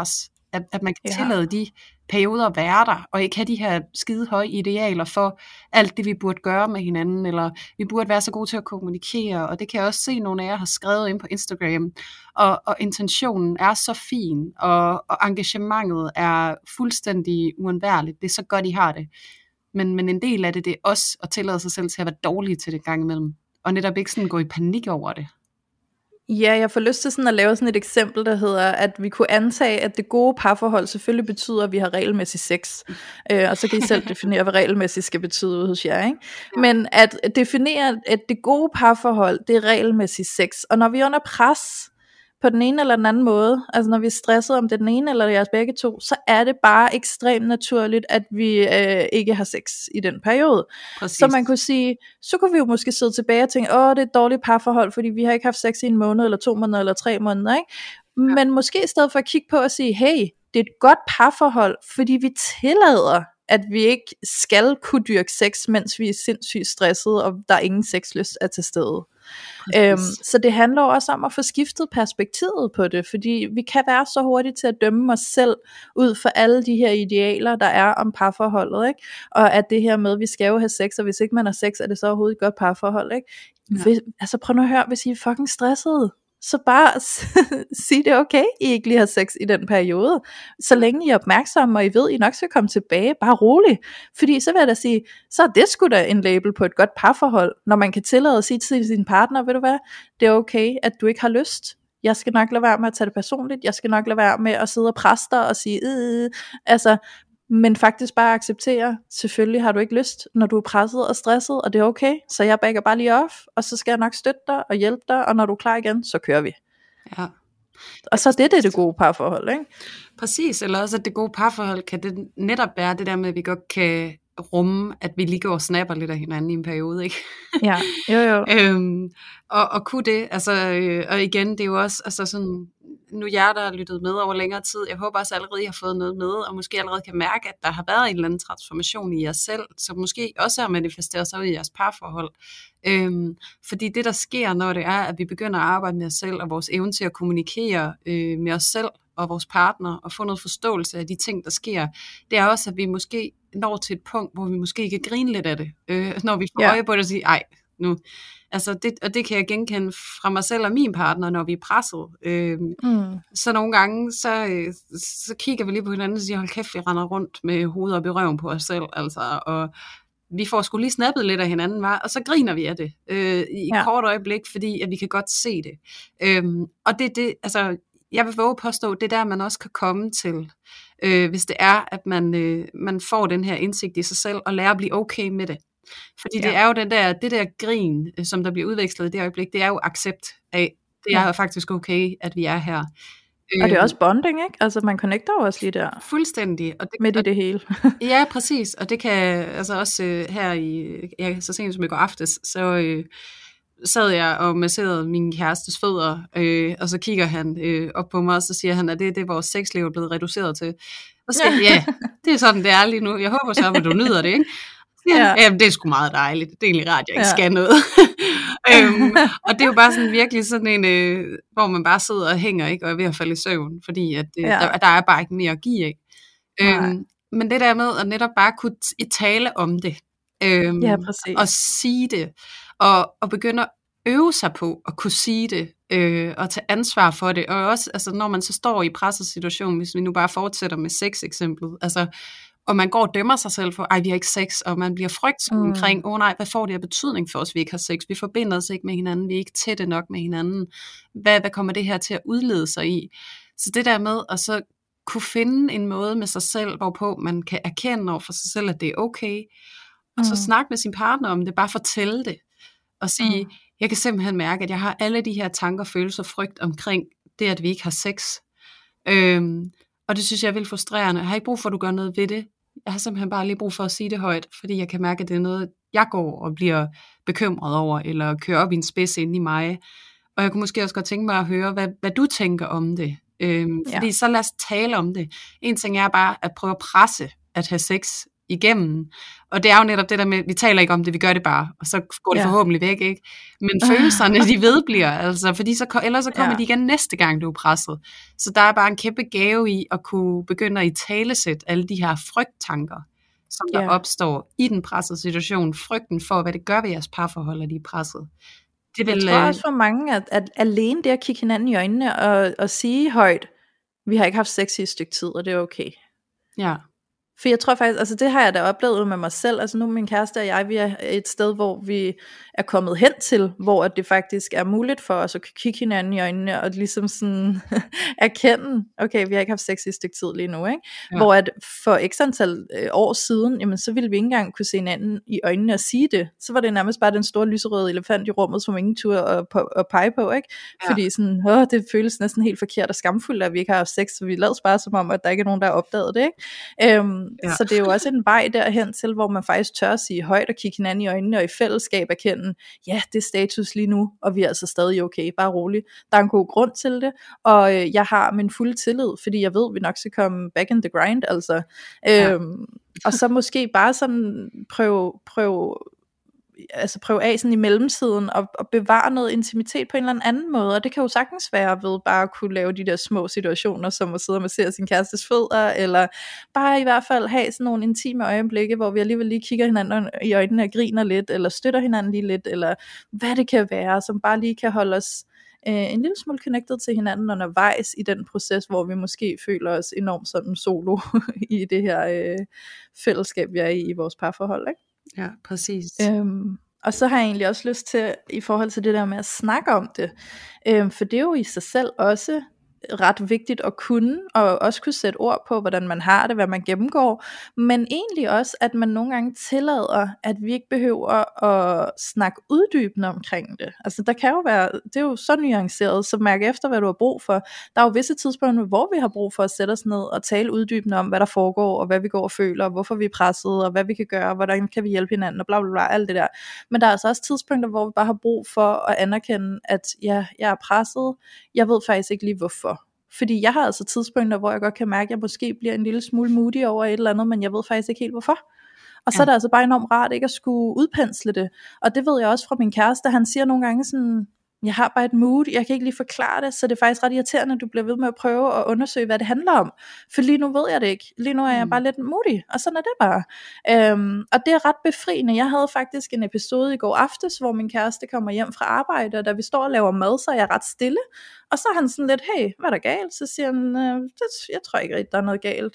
At, at man kan Ja. tillade de perioder at være der, og ikke have de her skide høje idealer for alt det, vi burde gøre med hinanden, eller vi burde være så gode til at kommunikere, og det kan jeg også se, nogle af jer har skrevet ind på Instagram, og, og intentionen er så fin, og, og engagementet er fuldstændig uundværligt, det er så godt, I har det. Men, men en del af det, det er også at tillade sig selv til at være dårlige til det gang imellem, og netop ikke sådan gå i panik over det. Ja, jeg får lyst til sådan at lave sådan et eksempel, der hedder, at vi kunne antage, at det gode parforhold selvfølgelig betyder, at vi har regelmæssig sex. Øh, og så kan I selv definere, hvad regelmæssigt skal betyde ude hos jer, ikke? Ja. Men at definere, at det gode parforhold, det er regelmæssig sex. Og når vi er under pres på den ene eller den anden måde, altså når vi er stresset om det den ene eller jeres begge to, så er det bare ekstremt naturligt, at vi øh, ikke har sex i den periode. Præcis. Så man kunne sige, så kunne vi jo måske sidde tilbage og tænke, åh, det er et dårligt parforhold, fordi vi har ikke haft sex i en måned, eller to måneder, eller tre måneder, ikke? Ja. Men måske i stedet for at kigge på og sige, hey, det er et godt parforhold, fordi vi tillader, at vi ikke skal kunne dyrke sex, mens vi er sindssygt stressede, og der er ingen sexlyst er til stede. Øhm, så det handler også om at få skiftet perspektivet på det, fordi vi kan være så hurtige til at dømme os selv ud for alle de her idealer, der er om parforholdet, ikke? Og at det her med, at vi skal jo have sex, og hvis ikke man har sex, er det så overhovedet et godt parforhold, ikke? Ja. Hvis, altså prøv nu at høre, hvis I er fucking stressede, så bare sig det okay, I ikke lige har sex i den periode. Så længe I er opmærksomme, og I ved, I nok skal komme tilbage, bare roligt. Fordi så vil jeg da sige, så er det sgu da en label på et godt parforhold, når man kan tillade at sige til sin partner, ved du hvad, det er okay, at du ikke har lyst. Jeg skal nok lade være med at tage det personligt, jeg skal nok lade være med at sidde og presse dig og sige, øh, altså, men faktisk bare acceptere, selvfølgelig har du ikke lyst, når du er presset og stresset, og det er okay, så jeg backer bare lige off, og så skal jeg nok støtte dig og hjælpe dig, og når du er klar igen, så kører vi. Ja. Og så er det det, det gode parforhold, ikke? Præcis, eller også at det gode parforhold kan det netop være det der med, at vi godt kan rumme, at vi lige går og snapper lidt af hinanden i en periode, ikke? Ja, jo jo. øhm, og, og kunne det, altså, øh, og igen, det er jo også, altså sådan, nu jer, der har lyttet med over længere tid, jeg håber også allerede, I har fået noget med, og måske allerede kan mærke, at der har været en eller anden transformation i jer selv, som måske også har manifesteret sig ud i jeres parforhold. Øhm, fordi det, der sker, når det er, at vi begynder at arbejde med os selv, og vores evne til at kommunikere øh, med os selv, og vores partner, og få noget forståelse af de ting, der sker, det er også, at vi måske når til et punkt, hvor vi måske kan grine lidt af det, øh, når vi får ja. øje på det og siger, ej, nu, altså det, og det kan jeg genkende fra mig selv og min partner, når vi er presset. Øh, mm. Så nogle gange, så, øh, så kigger vi lige på hinanden og siger, hold kæft, vi render rundt med hovedet op i røven på os selv, altså, og vi får sgu lige snappet lidt af hinanden, var, og så griner vi af det øh, i ja. et kort øjeblik, fordi at vi kan godt se det. Øh, og det, det, altså, jeg vil våge påstå, det er der, man også kan komme til, øh, hvis det er, at man, øh, man får den her indsigt i sig selv, og lærer at blive okay med det. Fordi ja. det er jo den der, det der grin, som der bliver udvekslet i det øjeblik, det er jo accept af, det er ja. faktisk okay, at vi er her. Og det er også bonding, ikke? Altså man connecter jo også lige der. Fuldstændig. Og det, midt i det hele. Ja, præcis. Og det kan, altså også øh, her i, ja, så sent som i går aftes, så øh, sad jeg og masserede min kærestes fødder, øh, og så kigger han øh, op på mig, og så siger han, at det er det, vores sexliv er blevet reduceret til. Og så siger jeg, ja, det er sådan, det er lige nu. Jeg håber så, at du nyder det, ikke? Ja. Jamen, det er sgu meget dejligt. Det er egentlig rart, jeg ikke ja. skal noget. øhm, og det er jo bare sådan virkelig sådan en, øh, hvor man bare sidder og hænger, ikke, og er ved at falde i søvn, fordi at, øh, ja. der, der er bare ikke mere at give af. Øhm, men det der med at netop bare kunne t- tale om det, øhm, ja, og sige det, og, og begynde at øve sig på at kunne sige det, øh, og tage ansvar for det, og også, altså, når man så står i presset situation, hvis vi nu bare fortsætter med sex eksemplet, altså, og man går og dømmer sig selv for, ej, vi har ikke sex, og man bliver frygtsom mm. omkring, åh oh, nej, hvad får det af betydning for os, vi ikke har sex, vi forbinder os ikke med hinanden, vi er ikke tætte nok med hinanden, hvad, hvad kommer det her til at udlede sig i? Så det der med at så kunne finde en måde med sig selv, hvorpå man kan erkende over for sig selv, at det er okay, og så mm. snakke med sin partner om det, bare fortælle det, og sige, mm. jeg kan simpelthen mærke, at jeg har alle de her tanker, følelser, frygt omkring det, at vi ikke har sex, øhm, og det synes jeg er vildt frustrerende. Jeg har ikke brug for, at du gør noget ved det. Jeg har simpelthen bare lige brug for at sige det højt, fordi jeg kan mærke, at det er noget, jeg går og bliver bekymret over, eller kører op i en spids inde i mig. Og jeg kunne måske også godt tænke mig at høre, hvad, hvad du tænker om det. Øhm, ja. Fordi så lad os tale om det. En ting er bare at prøve at presse at have sex igennem. Og det er jo netop det der med, vi taler ikke om det, vi gør det bare, og så går det ja. forhåbentlig væk, ikke? Men følelserne, de vedbliver, altså, fordi så, ellers så kommer ja. de igen næste gang, du er presset. Så der er bare en kæmpe gave i at kunne begynde at italesætte alle de her frygttanker, som der ja. opstår i den pressede situation. Frygten for, hvad det gør ved jeres parforhold, at de er presset. Det vil, jeg tror også for mange, at, at alene det at kigge hinanden i øjnene og, og sige højt, vi har ikke haft sex i et stykke tid, og det er okay. Ja. For jeg tror faktisk, altså det har jeg da oplevet med mig selv, altså nu min kæreste og jeg, vi er et sted, hvor vi er kommet hen til, hvor det faktisk er muligt for os at kigge hinanden i øjnene, og ligesom sådan erkende, okay, vi har ikke haft sex i et stykke tid lige nu, ikke? Ja. Hvor at for x antal år siden, jamen så ville vi ikke engang kunne se hinanden i øjnene og sige det, så var det nærmest bare den store lyserøde elefant i rummet, som ingen turde at, at pege på, ikke? Ja. Fordi sådan, åh, det føles næsten helt forkert og skamfuldt, at vi ikke har haft sex, så vi lavede bare som om, at der ikke er nogen, der har opdaget det, ikke? Øhm, Ja. Så det er jo også en vej derhen til, hvor man faktisk tør at sige højt og kigge hinanden i øjnene og i fællesskab erkende, ja, det er status lige nu, og vi er altså stadig okay, bare roligt. Der er en god grund til det, og øh, jeg har min fulde tillid, fordi jeg ved, at vi nok skal komme back in the grind, altså. Ja. Øhm, og så måske bare sådan prøve, prøve altså prøve af sådan i mellemtiden og, og bevare noget intimitet på en eller anden måde, og det kan jo sagtens være ved bare at kunne lave de der små situationer, som at sidde og massere sin kærestes fødder, eller bare i hvert fald have sådan nogle intime øjeblikke, hvor vi alligevel lige kigger hinanden i øjnene og griner lidt, eller støtter hinanden lige lidt, eller hvad det kan være, som bare lige kan holde os øh, en lille smule connected til hinanden undervejs i den proces, hvor vi måske føler os enormt sådan solo i det her øh, fællesskab, vi er i i vores parforhold, ikke? Ja, præcis. Øhm, og så har jeg egentlig også lyst til, i forhold til det der med at snakke om det, øhm, for det er jo i sig selv også ret vigtigt at kunne, og også kunne sætte ord på, hvordan man har det, hvad man gennemgår, men egentlig også, at man nogle gange tillader, at vi ikke behøver at snakke uddybende omkring det. Altså der kan jo være, det er jo så nuanceret, så mærk efter, hvad du har brug for. Der er jo visse tidspunkter, hvor vi har brug for at sætte os ned og tale uddybende om, hvad der foregår, og hvad vi går og føler, og hvorfor vi er presset, og hvad vi kan gøre, og hvordan kan vi hjælpe hinanden, og bla bla bla, alt det der. Men der er altså også tidspunkter, hvor vi bare har brug for at anerkende, at ja, jeg er presset, jeg ved faktisk ikke lige hvorfor. Fordi jeg har altså tidspunkter, hvor jeg godt kan mærke, at jeg måske bliver en lille smule moody over et eller andet, men jeg ved faktisk ikke helt hvorfor. Og så ja. er det altså bare enormt rart ikke at skulle udpensle det. Og det ved jeg også fra min kæreste, han siger nogle gange sådan, jeg har bare et mood, jeg kan ikke lige forklare det, så det er faktisk ret irriterende, at du bliver ved med at prøve at undersøge, hvad det handler om. For lige nu ved jeg det ikke. Lige nu er jeg bare lidt moody, og sådan er det bare. Øhm, og det er ret befriende. Jeg havde faktisk en episode i går aftes, hvor min kæreste kommer hjem fra arbejde, og da vi står og laver mad, så er jeg ret stille. Og så er han sådan lidt, hey, hvad er der galt? Så siger han, øh, jeg tror ikke rigtig, der er noget galt.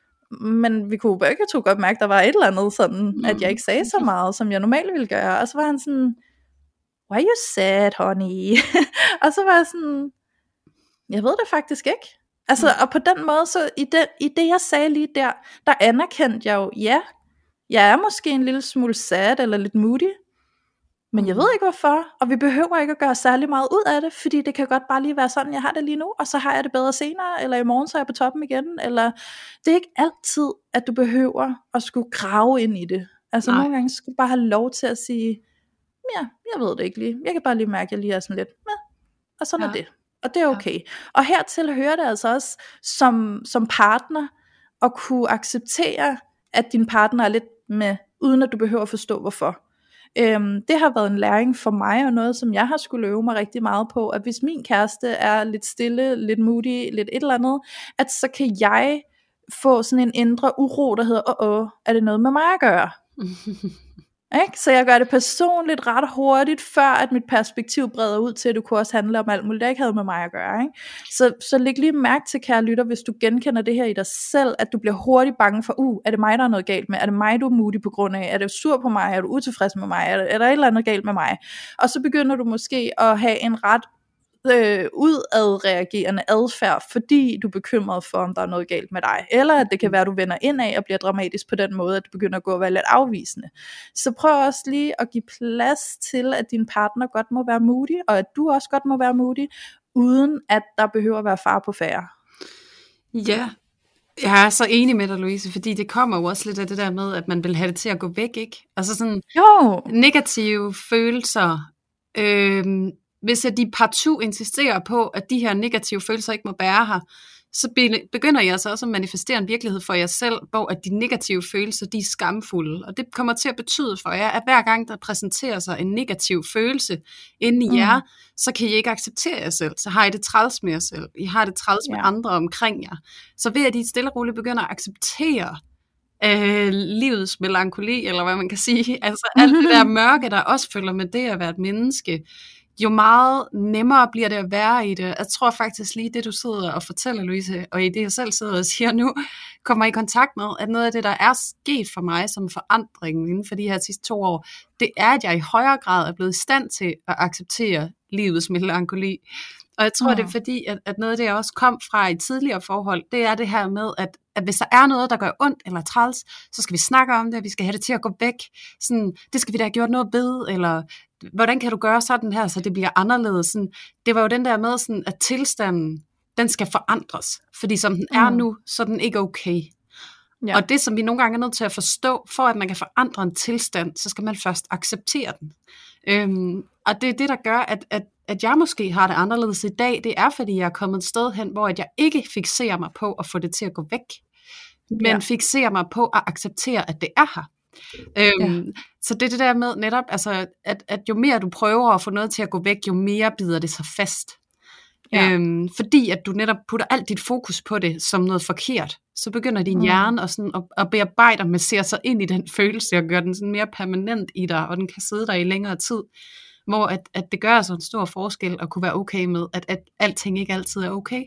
Men vi kunne begge to godt mærke, at der var et eller andet sådan, at jeg ikke sagde så meget, som jeg normalt ville gøre. Og så var han sådan, why you sad, honey? Og så var jeg sådan, jeg ved det faktisk ikke. Altså, og på den måde, så i det, i det jeg sagde lige der, der anerkendte jeg jo, ja, jeg er måske en lille smule sad, eller lidt moody, men jeg ved ikke hvorfor, og vi behøver ikke at gøre særlig meget ud af det, fordi det kan godt bare lige være sådan, jeg har det lige nu, og så har jeg det bedre senere, eller i morgen så er jeg på toppen igen, eller det er ikke altid, at du behøver at skulle grave ind i det. Altså Nej. Nogle gange skal du bare have lov til at sige, ja, jeg ved det ikke lige, jeg kan bare lige mærke, at jeg lige er sådan lidt, ja, og sådan ja. er det, og det er okay. Ja. Og hertil hører det altså også, som, som partner, at kunne acceptere, at din partner er lidt med, uden at du behøver at forstå hvorfor. Øhm, det har været en læring for mig, og noget som jeg har skulle øve mig rigtig meget på, at hvis min kæreste er lidt stille, lidt moody, lidt et eller andet, at så kan jeg få sådan en indre uro, der hedder, åh, åh, er det noget med mig at gøre? Ikke? Så jeg gør det personligt ret hurtigt, før at mit perspektiv breder ud til, at det kunne også handle om alt muligt, der ikke havde med mig at gøre. Ikke? Så, så læg lige mærke til, kære lytter, hvis du genkender det her i dig selv, at du bliver hurtigt bange for, uh, er det mig, der er noget galt med? Er det mig, du er moody på grund af? Er det sur på mig? Er du utilfreds med mig? Er der, er der et eller andet galt med mig? Og så begynder du måske at have en ret øh, udadreagerende adfærd, fordi du er bekymret for, om der er noget galt med dig, eller at det kan være, at du vender indad og bliver dramatisk på den måde, at du begynder at gå og være lidt afvisende. Så prøv også lige at give plads til, at din partner godt må være moody, og at du også godt må være moody, uden at der behøver at være far på færre. Ja, jeg er så enig med dig, Louise, fordi det kommer jo også lidt af det der med, at man vil have det til at gå væk, ikke? Altså sådan jo. Negative følelser, øh, hvis at de partout insisterer på, at de her negative følelser ikke må bære her, så begynder jeg så også at manifestere en virkelighed for jer selv, hvor at de negative følelser, de er skamfulde. Og det kommer til at betyde for jer, at hver gang der præsenterer sig en negativ følelse inde i mm. jer, så kan I ikke acceptere jer selv. Så har I det træls med jer selv. I har det træls ja. med andre omkring jer. Så ved at I stille og roligt begynder at acceptere øh, livets melankoli, eller hvad man kan sige, altså alt det der mørke, der også følger med det at være et menneske, jo meget nemmere bliver det at være i det. Jeg tror faktisk lige det, du sidder og fortæller, Louise, og i det, jeg selv sidder og siger nu, kommer i kontakt med, at noget af det, der er sket for mig som forandring inden for de her sidste to år, det er, at jeg i højere grad er blevet i stand til at acceptere livets melankoli. Og jeg tror, mm. det er fordi, at, at noget af det, jeg også kom fra i tidligere forhold, det er det her med, at, at hvis der er noget, der gør ondt eller træls, så skal vi snakke om det, vi skal have det til at gå væk. Sådan, det skal vi da have gjort noget ved, eller hvordan kan du gøre sådan her, så det bliver anderledes. Sådan, det var jo den der med, sådan, at tilstanden, den skal forandres. Fordi som den er mm. nu, så er den ikke okay. Ja. Og det, som vi nogle gange er nødt til at forstå, for at man kan forandre en tilstand, så skal man først acceptere den. Øhm, og det er det, der gør, at, at, at jeg måske har det anderledes i dag. Det er, fordi jeg er kommet et sted hen, hvor jeg ikke fikserer mig på at få det til at gå væk, men ja. fikserer mig på at acceptere, at det er her. Øhm, ja. Så det er det der med netop, altså, at, at jo mere du prøver at få noget til at gå væk, jo mere bider det sig fast. Ja. Øhm, fordi at du netop putter alt dit fokus på det som noget forkert, så begynder din mm. hjerne at, sådan, at, at bearbejde med ser sig ind i den følelse og gør den sådan mere permanent i dig, og den kan sidde der i længere tid, hvor at, at det gør altså en stor forskel at kunne være okay med, at, at alting ikke altid er okay.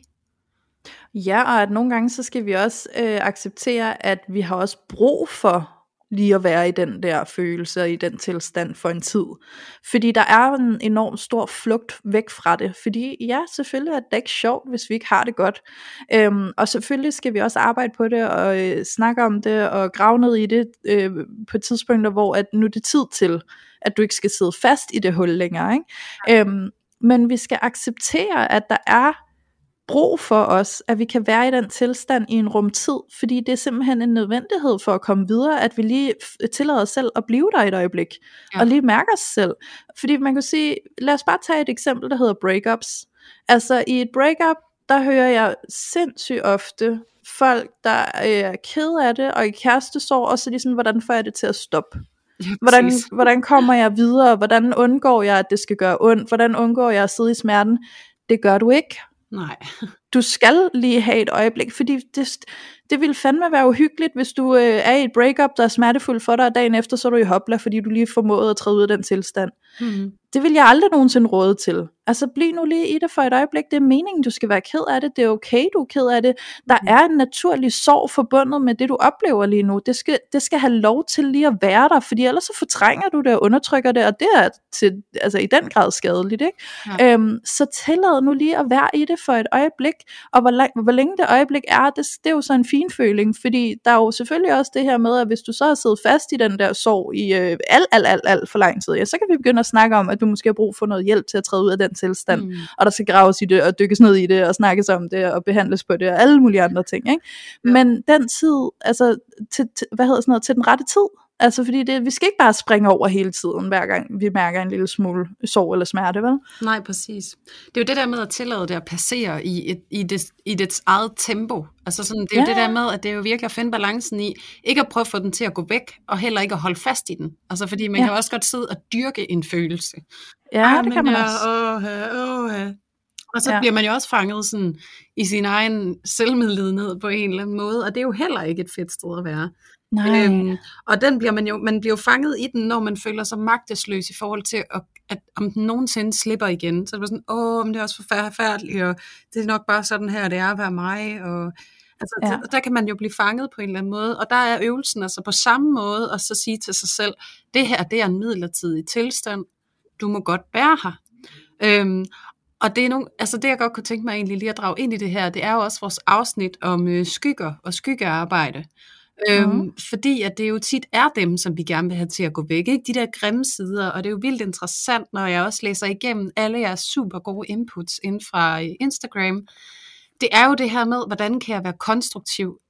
Ja, og at nogle gange så skal vi også øh, acceptere, at vi har også brug for lige at være i den der følelse og i den tilstand for en tid. Fordi der er en enorm stor flugt væk fra det. Fordi ja, selvfølgelig er det ikke sjovt, hvis vi ikke har det godt. Øhm, og selvfølgelig skal vi også arbejde på det og øh, snakke om det og grave ned i det øh, på tidspunkter, hvor at nu er det tid til, at du ikke skal sidde fast i det hul længere. Ikke? Øhm, men vi skal acceptere, at der er brug for os, at vi kan være i den tilstand i en rumtid, fordi det er simpelthen en nødvendighed for at komme videre, at vi lige tillader os selv at blive der et øjeblik, ja. og lige mærke os selv. Fordi man kan sige, lad os bare tage et eksempel, der hedder breakups. Altså i et breakup, der hører jeg sindssygt ofte folk, der er ked af det, og i kærestesorg, og så lige sådan, hvordan får jeg det til at stoppe? Ja, hvordan, hvordan kommer jeg videre? Hvordan undgår jeg, at det skal gøre ondt? Hvordan undgår jeg at sidde i smerten? Det gør du ikke. Nej. Du skal lige have et øjeblik, fordi det, det ville fandme være uhyggeligt, hvis du øh, er i et breakup, der er smertefuldt for dig, og dagen efter, så er du i hopla, fordi du lige formåede at træde ud af den tilstand. Mm-hmm. Det vil jeg aldrig nogensinde råde til. Altså bliv nu lige i det for et øjeblik. Det er meningen, du skal være ked af det. Det er okay, du er ked af det. Der mm-hmm. er en naturlig sorg forbundet med det, du oplever lige nu. Det skal, det skal have lov til lige at være der, fordi ellers så fortrænger du det og undertrykker det, og det er til, altså, i den grad skadeligt. Ikke? Ja. Øhm, så tillad nu lige at være i det for et øjeblik, og hvor, lang, hvor længe det øjeblik er, det, det er jo så en fin føling, fordi der er jo selvfølgelig også det her med, at hvis du så har siddet fast i den der sorg i øh, alt, alt, alt, alt for lang tid, ja, så kan vi begynde at snakke om, at du måske har brug for noget hjælp til at træde ud af den tilstand, mm. og der skal graves i det, og dykkes ned i det, og snakkes om det, og behandles på det, og alle mulige andre ting, ikke? Ja. Men den tid, altså, til, til, hvad hedder sådan noget, til den rette tid, altså fordi det, vi skal ikke bare springe over hele tiden, hver gang vi mærker en lille smule sorg eller smerte, vel? Nej, præcis. Det er jo det der med at tillade det at passere i, et, i, det, i dets eget tempo. Altså sådan, det er ja. jo det der med, at det er jo virkelig at finde balancen i, ikke at prøve at få den til at gå væk, og heller ikke at holde fast i den. Altså fordi man ja. kan også godt sidde og dyrke en følelse. Ja, Ej, det kan man også. Åh, åh, åh. Og så ja. bliver man jo også fanget sådan, i sin egen selvmedlidenhed på en eller anden måde, og det er jo heller ikke et fedt sted at være. Nej. Øhm, og den bliver man jo, man bliver jo fanget i den, når man føler sig magtesløs i forhold til, at, at om den nogensinde slipper igen, så er det sådan, åh, men det er også forfærdeligt, og det er nok bare sådan her, det er at være mig, og altså, ja. der, der kan man jo blive fanget på en eller anden måde, og der er øvelsen altså på samme måde, og så sige til sig selv, det her, det er en midlertidig tilstand, du må godt være her. Øhm, Og det er nogle, altså det jeg godt kunne tænke mig egentlig lige at drage ind i det her, det er jo også vores afsnit om øh, skygger og skyggearbejde. Øhm, mm. Fordi at det jo tit er dem, som vi gerne vil have til at gå væk, ikke? De der grimme sider, og det er jo vildt interessant, når jeg også læser igennem alle jeres super gode inputs inden fra Instagram. Det er jo det her med, hvordan kan jeg være konstruktiv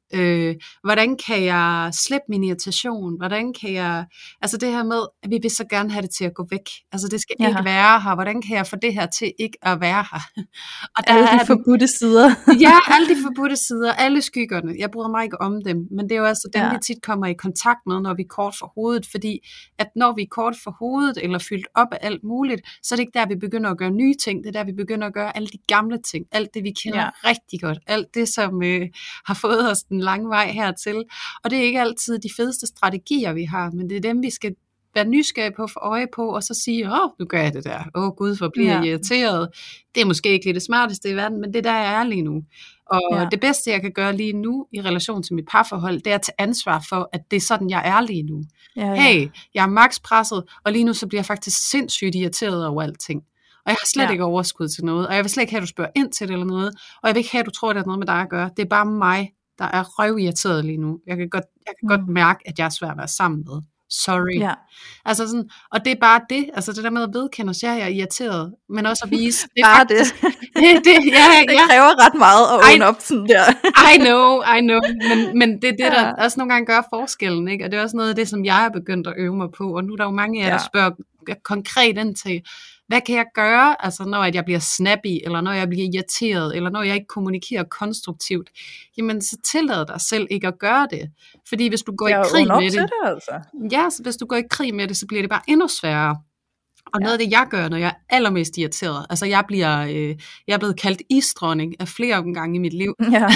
Øh, hvordan kan jeg slippe min irritation? Hvordan kan jeg, altså det her med, at vi vil så gerne have det til at gå væk. Altså det skal Ja. ikke være her. Hvordan kan jeg få det her til ikke at være her? Og der Alle er de forbudte sider. ja, alle de forbudte sider, alle skyggerne. Jeg bryder mig ikke om dem, men det er jo altså dem, Ja. vi tit kommer i kontakt med, når vi er kort for hovedet, fordi at når vi er kort for hovedet, eller fyldt op af alt muligt, så er det ikke der, vi begynder at gøre nye ting, det er der, vi begynder at gøre alle de gamle ting, alt det, vi kender Ja. rigtig godt, alt det, som øh, har fået os den lange vej hertil, og det er ikke altid de fedeste strategier, vi har, men det er dem, vi skal være nysgerrige på, få øje på, og så sige, åh, nu gør jeg det der, åh gud, hvor bliver jeg Ja. irriteret, det er måske ikke lige det smarteste i verden, men det er der, jeg er lige nu. Og Ja. det bedste, jeg kan gøre lige nu i relation til mit parforhold, det er at tage ansvar for, at det er sådan, jeg er lige nu. Ja, ja. Hey, jeg er max presset, og lige nu så bliver jeg faktisk sindssygt irriteret over alting. Og jeg har slet Ja. ikke overskud til noget, og jeg vil slet ikke have, at du spørger ind til det eller noget, og jeg vil ikke have, at du tror, det har noget med dig at gøre. Det er bare mig, der er røvirriteret lige nu. Jeg kan godt, jeg kan mm. godt mærke, at jeg er svær at være sammen med. Sorry. Ja. Altså sådan, og det er bare det, altså det der med at vedkende os, ja, jeg er irriteret, men også at vise, det er Bare faktisk, det. det, det, ja, Det ja, kræver ret meget at Ej. åbne op sådan der. I know, I know, men, men det er det, der Ja. også nogle gange gør forskellen, ikke? Og det er også noget af det, som jeg er begyndt at øve mig på, og nu er der jo mange af jer, der Ja. spørger konkret ind til, hvad kan jeg gøre, altså når at jeg bliver snappy, eller når jeg bliver irriteret, eller når jeg ikke kommunikerer konstruktivt, jamen så tillad dig selv ikke at gøre det, fordi hvis du går Jeg i er krig åbne op med til det, det, altså. ja, så hvis du går i krig med det, så bliver det bare endnu sværere. Og noget af det, jeg gør, når jeg er allermest irriteret, altså jeg bliver, øh, jeg er blevet kaldt isdronning af flere gange i mit liv. Ja.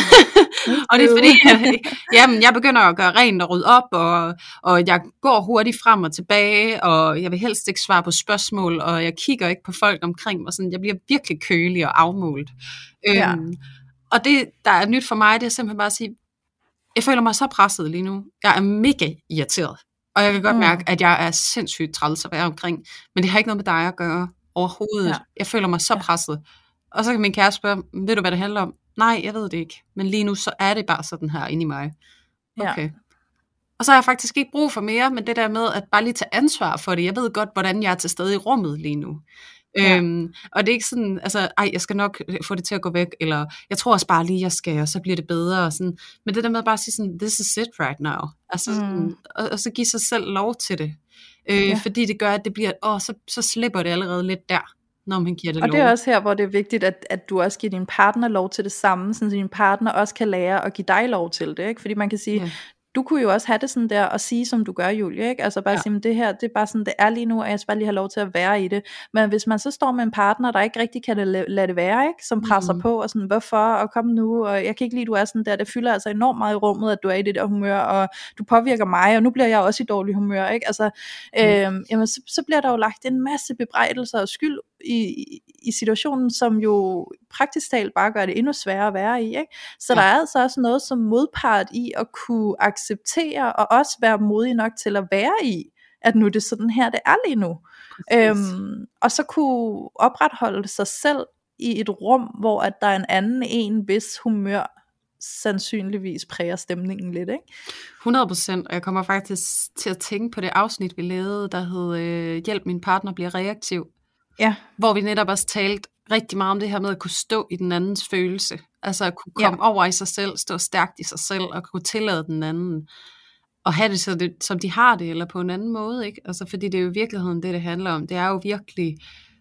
Og det er fordi, jeg, jamen, jeg begynder at gøre rent og rydde op, og, og jeg går hurtigt frem og tilbage, og jeg vil helst ikke svare på spørgsmål, og jeg kigger ikke på folk omkring mig, sådan, jeg bliver virkelig kølig og afmålt. Ja. Øhm, og det, der er nyt for mig, det er simpelthen bare at sige, jeg føler mig så presset lige nu. Jeg er mega irriteret. Og jeg kan godt Mm. mærke, at jeg er sindssygt træls at være omkring. Men det har ikke noget med dig at gøre overhovedet. Ja. Jeg føler mig så Ja. presset. Og så kan min kæreste spørge, ved du hvad det handler om? Nej, jeg ved det ikke. Men lige nu så er det bare sådan her inde i mig. Ja. Okay. Og så har jeg faktisk ikke brug for mere, men det der med at bare lige tage ansvar for det. Jeg ved godt, hvordan jeg er til stede i rummet lige nu. Ja. Øhm, og det er ikke sådan, altså, ej, jeg skal nok få det til at gå væk, eller jeg tror også bare lige, jeg skal, og så bliver det bedre. Og sådan. Men det der med at bare sige sådan, this is it right now. Altså, sådan, Mm. og, og så give sig selv lov til det. Øh, Ja. Fordi det gør, at det bliver, åh, så, så slipper det allerede lidt der, når man giver det Og lov. det er også her, hvor det er vigtigt, at, at du også giver din partner lov til det samme, så din partner også kan lære at give dig lov til det, ikke? Fordi man kan sige, Ja. du kunne jo også have det sådan der, og sige som du gør, Julie, ikke? Altså bare Ja. sige, men det her, det er bare sådan, det er lige nu, og jeg skal bare lige have lov til at være i det. Men hvis man så står med en partner, der ikke rigtig kan det, lade det være, ikke? Som presser Mhm. på, og sådan, hvorfor, og kom nu, og jeg kan ikke lide, du er sådan der, det fylder altså enormt meget i rummet, at du er i det der humør, og du påvirker mig, og nu bliver jeg også i dårlig humør, ikke? Altså, øhm, jamen, så, så bliver der jo lagt en masse bebrejdelser og skyld i, i, i situationen, som jo praktisk talt bare gør det endnu sværere at være i, ikke? Så Ja. der er altså også noget som modpart i at kunne acceptere, og også være modig nok til at være i, at nu er det sådan her, det er lige nu. Præcis. Øhm, og så kunne opretholde sig selv i et rum, hvor at der er en anden en, hvis humør sandsynligvis præger stemningen lidt, ikke? hundrede procent, og jeg kommer faktisk til at tænke på det afsnit, vi lavede, der hed øh, Hjælp, min partner bliver reaktiv. Ja. Hvor vi netop også talte rigtig meget om det her med at kunne stå i den andens følelse. Altså at kunne komme Ja. over i sig selv, stå stærkt i sig selv, og kunne tillade den anden, og have det, så det som de har det, eller på en anden måde, ikke? Altså fordi det er jo i virkeligheden det, det handler om. Det er jo virkelig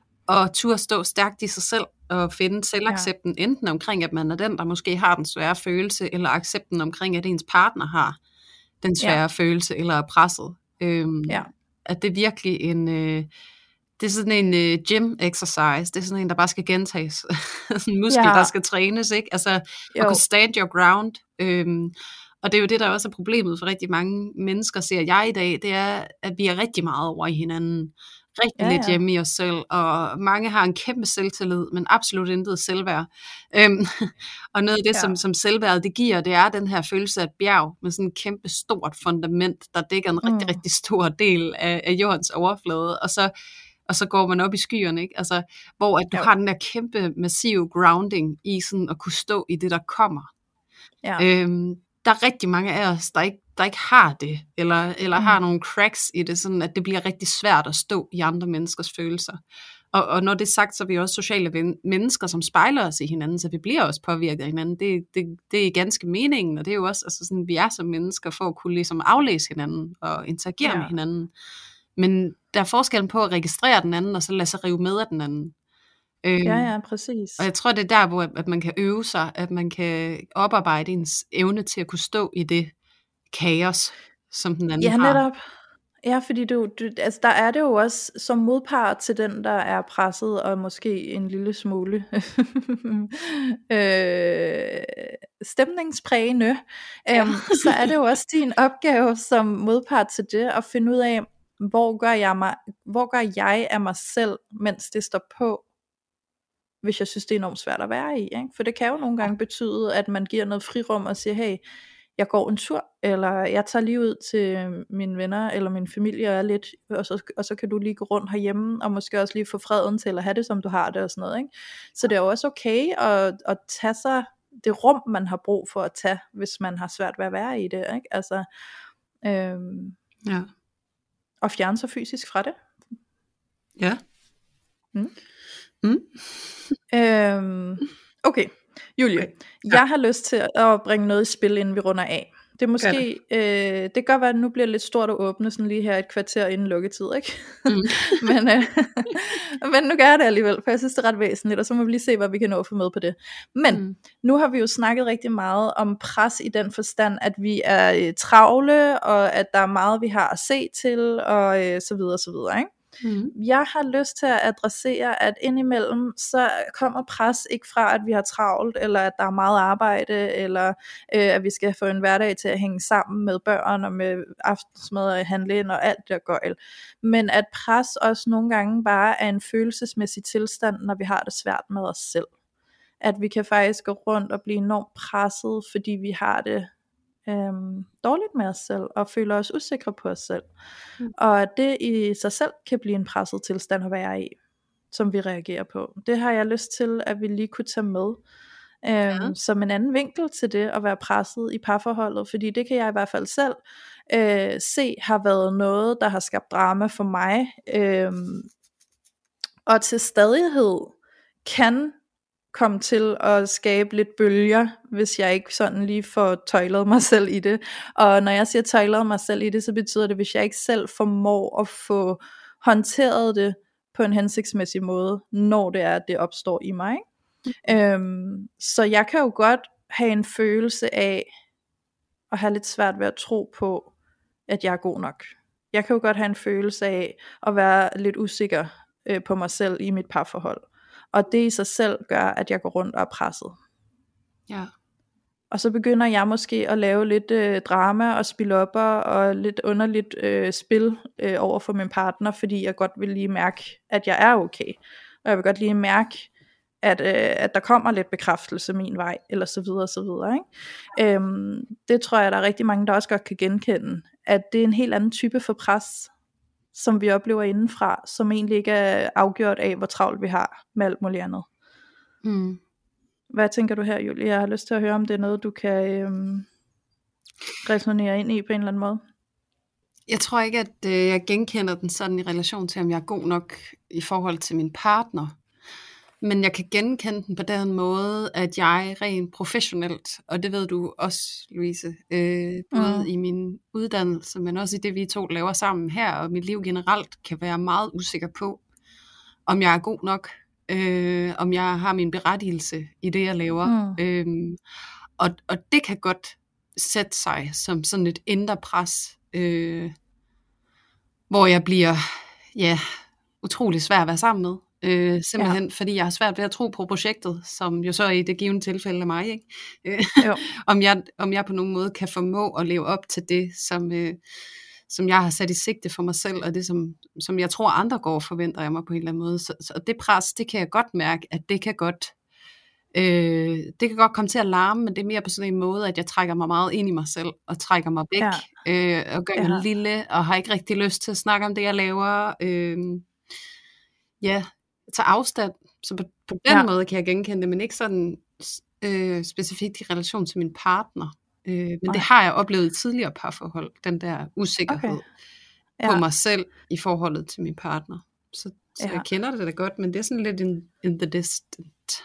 at turde stå stærkt i sig selv, og finde selvaccepten, ja. enten omkring, at man er den, der måske har den svære følelse, eller accepten omkring, at ens partner har den svære ja. følelse, eller er presset. Øhm, Ja. At det er virkelig en... Øh, det er sådan en øh, gym exercise, det er sådan en, der bare skal gentages. Sådan en muskel, Ja. der skal trænes, ikke? Altså at Jo. kunne stand your ground. Øhm, og det er jo det, der også er problemet for rigtig mange mennesker, ser jeg i dag, det er, at vi er rigtig meget over i hinanden. Rigtig Ja, lidt ja. hjemme i os selv, og mange har en kæmpe selvtillid, men absolut intet selvværd. Øhm, og noget af det, Ja. som, som selvværd det giver, det er den her følelse af et bjerg, med sådan et kæmpe stort fundament, der dækker en rigtig, Mm. rigtig stor del af, af jordens overflade, og så og så går man op i skyerne, ikke? Altså, hvor at du Jo. har den der kæmpe, massive grounding i sådan at kunne stå i det, der kommer. Ja. Øhm, der er rigtig mange af os, der ikke, der ikke har det, eller, eller Mm. har nogle cracks i det, sådan at det bliver rigtig svært at stå i andre menneskers følelser. Og, og når det er sagt, så er vi også sociale ven- mennesker, som spejler os i hinanden, så vi bliver også påvirket af hinanden. Det, det, det er ganske meningen, og det er jo også, altså sådan, vi er som mennesker for at kunne ligesom aflæse hinanden og interagere Ja. med hinanden. Men der er forskellen på at registrere den anden, og så lade sig rive med af den anden. Øhm, Ja, ja, præcis. Og jeg tror, det er der, hvor at man kan øve sig, at man kan oparbejde ens evne til at kunne stå i det kaos, som den anden Ja, har. netop. Ja, fordi du, du, altså der er det jo også som modpart til den, der er presset og måske en lille smule øh, stemningsprægende, Ja. øhm, så er det jo også din opgave som modpart til det at finde ud af, hvor gør jeg, mig, hvor gør jeg af mig selv, mens det står på, hvis jeg synes, det er enormt svært at være i. Ikke? For det kan jo nogle gange betyde, at man giver noget frirum og siger, hey, jeg går en tur, eller jeg tager lige ud til mine venner, eller min familie, og, er lidt, og, så, og så kan du lige gå rundt herhjemme, og måske også lige få freden til at have det, som du har det, og sådan noget. Ikke? Så det er jo også okay at, at tage sig det rum, man har brug for at tage, hvis man har svært ved at være i det. Ikke? Altså, øhm, Ja. og fjerne sig fysisk fra det. Ja. Mm. Mm. Øhm, okay, Julie, Okay. ja. jeg har lyst til at bringe noget i spil, inden vi runder af. Det er måske, øh, det kan godt være, at nu bliver det lidt stort at åbne, sådan lige her et kvarter inden lukketid, ikke? Mm. men, øh, men nu gør jeg det alligevel, for jeg synes, det er ret væsentligt, og så må vi lige se, hvad vi kan nå at få med på det. Men Mm. nu har vi jo snakket rigtig meget om pres i den forstand, at vi er øh, travle, og at der er meget, vi har at se til, og øh, så videre, så videre, ikke? Mm. Jeg har lyst til at adressere, at indimellem så kommer pres ikke fra, at vi har travlt, eller at der er meget arbejde, eller øh, at vi skal få en hverdag til at hænge sammen med børn, og med aftensmad og handle ind, og alt det der gøjl. Men at pres også nogle gange bare er en følelsesmæssig tilstand, når vi har det svært med os selv. At vi kan faktisk gå rundt og blive enormt presset, fordi vi har det Øhm, dårligt med os selv, og føler os usikre på os selv. Mm. Og at det i sig selv kan blive en presset tilstand at være i, som vi reagerer på. Det har jeg lyst til, at vi lige kunne tage med, øhm, ja. som en anden vinkel til det, at være presset i parforholdet, fordi det kan jeg i hvert fald selv øh, se, har været noget, der har skabt drama for mig, øhm, og til stadighed kan komme til at skabe lidt bølger, hvis jeg ikke sådan lige får tøjlet mig selv i det. Og når jeg siger tøjlet mig selv i det, så betyder det, hvis jeg ikke selv formår at få håndteret det på en hensigtsmæssig måde, når det er, at det opstår i mig. Mm. Øhm, så jeg kan jo godt have en følelse af at have lidt svært ved at tro på, at jeg er god nok. Jeg kan jo godt have en følelse af at være lidt usikker øh, på mig selv i mit parforhold. Og det i sig selv gør, at jeg går rundt og er presset. Ja. Og så begynder jeg måske at lave lidt øh, drama og spilopper og lidt underligt øh, spil øh, over for min partner, fordi jeg godt vil lige mærke, at jeg er okay. Og jeg vil godt lige mærke, at, øh, at der kommer lidt bekræftelse min vej, eller så videre, så videre. Ikke? Øhm, det tror jeg, der er rigtig mange, der også godt kan genkende, at det er en helt anden type for pres, som vi oplever indenfra, som egentlig ikke er afgjort af, hvor travlt vi har med alt muligt andet. Mm. Hvad tænker du her, Julie? Jeg har lyst til at høre, om det er noget, du kan øhm, resonere ind i på en eller anden måde. Jeg tror ikke, at øh, jeg genkender den sådan i relation til, om jeg er god nok i forhold til min partner. Men jeg kan genkende den på den måde, at jeg rent professionelt, og det ved du også, Louise, øh, både mm. i min uddannelse, men også i det, vi to laver sammen her, og mit liv generelt, kan være meget usikker på, om jeg er god nok, øh, om jeg har min berettigelse i det, jeg laver. Mm. Øh, og, og det kan godt sætte sig som sådan et indre pres, øh, hvor jeg bliver ja, utrolig svær at være sammen med. Øh, simpelthen ja. Fordi jeg har svært ved at tro på projektet, som jo så i det givne tilfælde er mig, ikke? Øh, om, jeg, om jeg på nogen måde kan formå at leve op til det, som, øh, som jeg har sat i sigte for mig selv, og det som, som jeg tror andre går, forventer jeg mig på en eller anden måde. Så, så det pres, det kan jeg godt mærke, at det kan godt øh, det kan godt komme til at larme, men det er mere på sådan en måde, at jeg trækker mig meget ind i mig selv, og trækker mig væk, ja. øh, og gør mig ja. lille, og har ikke rigtig lyst til at snakke om det, jeg laver. Øh, ja, tage afstand, så på, på den ja. måde kan jeg genkende det, men ikke sådan øh, specifikt i relation til min partner. Øh, men Nej. det har jeg oplevet i tidligere parforhold, den der usikkerhed okay. ja. på mig selv i forholdet til min partner. Så, Så Ja. jeg kender det da godt, men det er sådan lidt in, in the distant.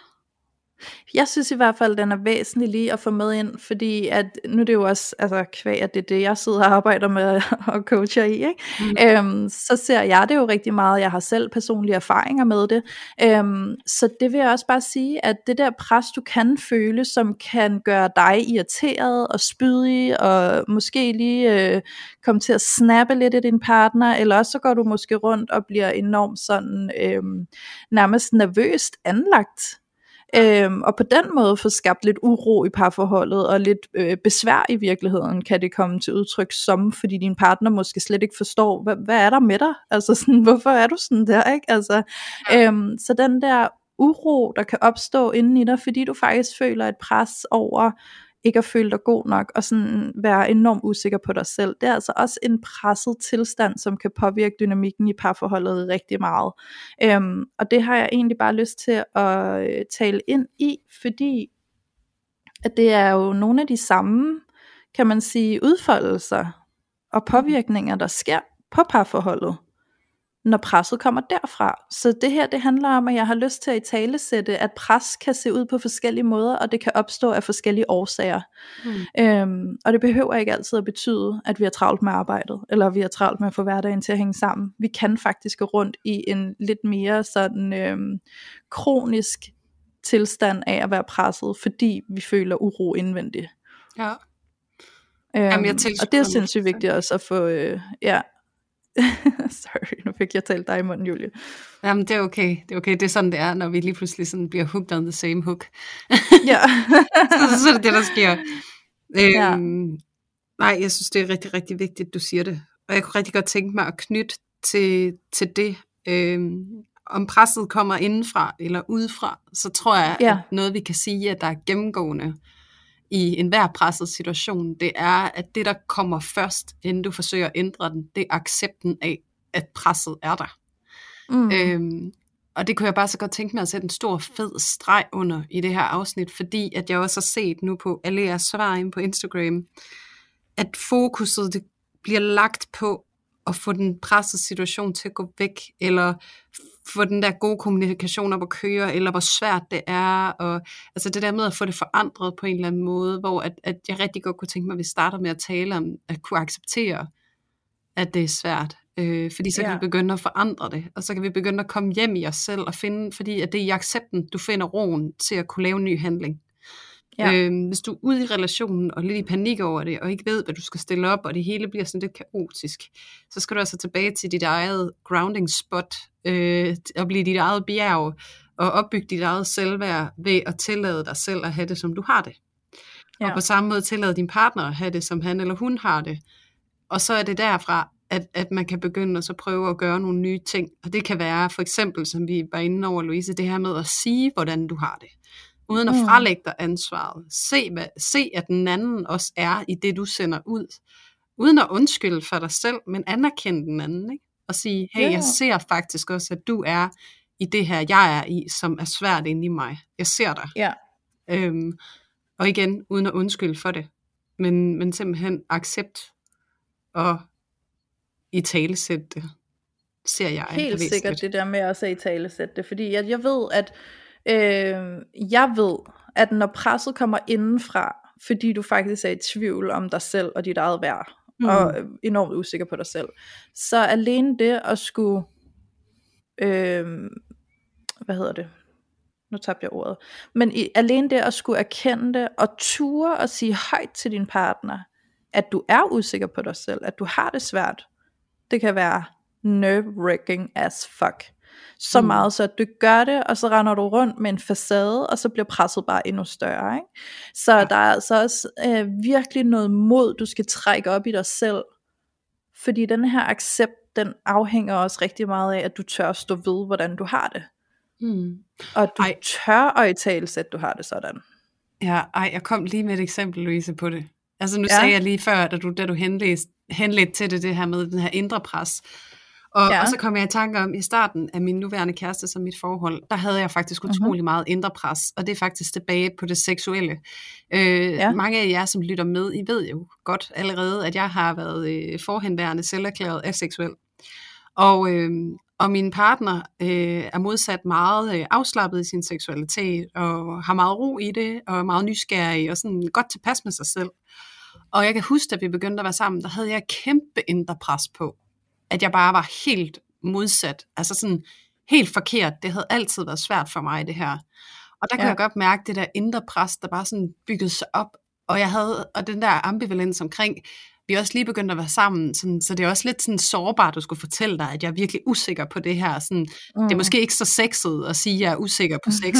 Jeg synes i hvert fald, den er væsentlig lige at få med ind, fordi at, nu er det jo også, altså kvæg, at det er det, jeg sidder og arbejder med og coacher i, ikke? Mm. Øhm, så ser jeg det jo rigtig meget, jeg har selv personlige erfaringer med det, øhm, så det vil jeg også bare sige, at det der pres, du kan føle, som kan gøre dig irriteret og spydig, og måske lige øh, komme til at snappe lidt af din partner, eller også så går du måske rundt og bliver enormt sådan, øh, nærmest nervøst anlagt, Øhm, og på den måde få skabt lidt uro i parforholdet, og lidt øh, besvær i virkeligheden, kan det komme til udtryk som, fordi din partner måske slet ikke forstår, hvad, hvad er der med dig? Altså sådan, hvorfor er du sådan der, ikke? Altså, øhm, så den der uro, der kan opstå inden i dig, fordi du faktisk føler et pres over, ikke at føle dig god nok, og sådan være enormt usikker på dig selv. Det er altså også en presset tilstand, som kan påvirke dynamikken i parforholdet rigtig meget. Øhm, og det har jeg egentlig bare lyst til at øh, tale ind i, fordi at det er jo nogle af de samme, kan man sige, udfoldelser og påvirkninger, der sker på parforholdet, når presset kommer derfra. Så det her, det handler om, at jeg har lyst til at italesætte, at pres kan se ud på forskellige måder, og det kan opstå af forskellige årsager. Mm. Øhm, og det behøver ikke altid at betyde, at vi har travlt med arbejdet, eller vi har travlt med at få hverdagen til at hænge sammen. Vi kan faktisk gå rundt i en lidt mere sådan øhm, kronisk tilstand af at være presset, fordi vi føler uro indvendigt. Ja. Øhm, Jamen, jeg og det er sindssygt vigtigt også at få, øh, ja, sorry, nu fik jeg talt dig i munden, Julie. Jamen, det er okay. Det er okay. Det er sådan, det er, når vi lige pludselig sådan bliver hooked on the same hook. Ja. så, så er det det, der sker. Øhm, Ja. Nej, jeg synes, det er rigtig, rigtig vigtigt, du siger det. Og jeg kunne rigtig godt tænke mig at knytte til, til det. Øhm, om presset kommer indenfra eller udefra, så tror jeg, Ja. at noget vi kan sige, at der er gennemgående i enhver presset situation, det er, at det, der kommer først, inden du forsøger at ændre den, det er accepten af, at presset er der. Mm. Øhm, og det kunne jeg bare så godt tænke mig at sætte en stor fed streg under i det her afsnit, fordi at jeg også har set nu på alle jeres svar inde på Instagram, at fokuset det bliver lagt på at få den pressede situation til at gå væk, eller få den der gode kommunikation op at køre, eller hvor svært det er, og altså det der med at få det forandret på en eller anden måde, hvor at, at jeg rigtig godt kunne tænke mig, at vi starter med at tale om, at kunne acceptere, at det er svært, øh, fordi så ja. kan vi begynde at forandre det, og så kan vi begynde at komme hjem i os selv, og finde, fordi at det er i accepten, du finder roen til at kunne lave en ny handling. Ja. Øh, hvis du er ude i relationen og lidt i panik over det, og ikke ved, hvad du skal stille op, og det hele bliver sådan lidt kaotisk, så skal du altså tilbage til dit eget grounding spot, øh, og blive dit eget bjerg, og opbygge dit eget selvværd ved at tillade dig selv at have det, som du har det. Ja. Og på samme måde tillade din partner at have det, som han eller hun har det. Og så er det derfra, at, at man kan begynde at så prøve at gøre nogle nye ting. Og det kan være for eksempel, som vi var inde over, Louise, det her med at sige, hvordan du har det. Uden at frelægge dig ansvaret. Se, hvad, se, at den anden også er i det, du sender ud. Uden at undskylde for dig selv, men anerkende den anden. Ikke? Og sige, hey, yeah. jeg ser faktisk også, at du er i det her, jeg er i, som er svært inde i mig. Jeg ser dig. Yeah. Øhm, og igen, uden at undskylde for det. Men, men simpelthen accept og italesætte det, ser jeg. Helt sikkert det der med også at italesætte det. Fordi jeg, jeg ved, at Øh, jeg ved, at når presset kommer indenfra, fordi du faktisk er i tvivl om dig selv og dit eget værd, mm. og enormt usikker på dig selv, så alene det at skulle, øh, hvad hedder det, nu tabte jeg ordet, men i, alene det at skulle erkende det, og ture og sige højt til din partner, at du er usikker på dig selv, at du har det svært, det kan være nerve-wracking as fuck. Så mm. meget, så at du gør det, og så render du rundt med en facade, og så bliver presset bare endnu større. Ikke? Så ja. Der er altså også øh, virkelig noget mod, du skal trække op i dig selv. Fordi den her accept, den afhænger også rigtig meget af, at du tør at stå ved, hvordan du har det. Mm. Og du ej. tør at italesætte, at du har det sådan. Ja, ej, jeg kom lige med et eksempel, Louise, på det. Altså nu ja. sagde jeg lige før, da du, da du henledte, henledte til det, det her med den her indre pres. Og, ja. og så kom jeg i tanke om, i starten af min nuværende kæreste som mit forhold, der havde jeg faktisk utrolig uh-huh. meget indre pres, og det er faktisk tilbage på det seksuelle. Øh, ja. Mange af jer, som lytter med, I ved jo godt allerede, at jeg har været øh, forhenværende selverklæret aseksuel. Og, øh, Og min partner øh, er modsat meget øh, afslappet i sin seksualitet, og har meget ro i det, og er meget nysgerrig, og sådan godt tilpas med sig selv. Og jeg kan huske, at vi begyndte at være sammen, der havde jeg kæmpe indre pres på, at jeg bare var helt modsat, altså sådan helt forkert. Det havde altid været svært for mig, det her. Og der kan ja. jeg godt mærke det der indre pres, der bare sådan byggede sig op, og jeg havde, og den der ambivalens omkring, vi er også lige begyndt at være sammen, sådan, så det er også lidt sådan sårbart, at skulle fortælle dig, at jeg er virkelig usikker på det her. Sådan, mm. Det er måske ikke så sexet at sige, at jeg er usikker på sex.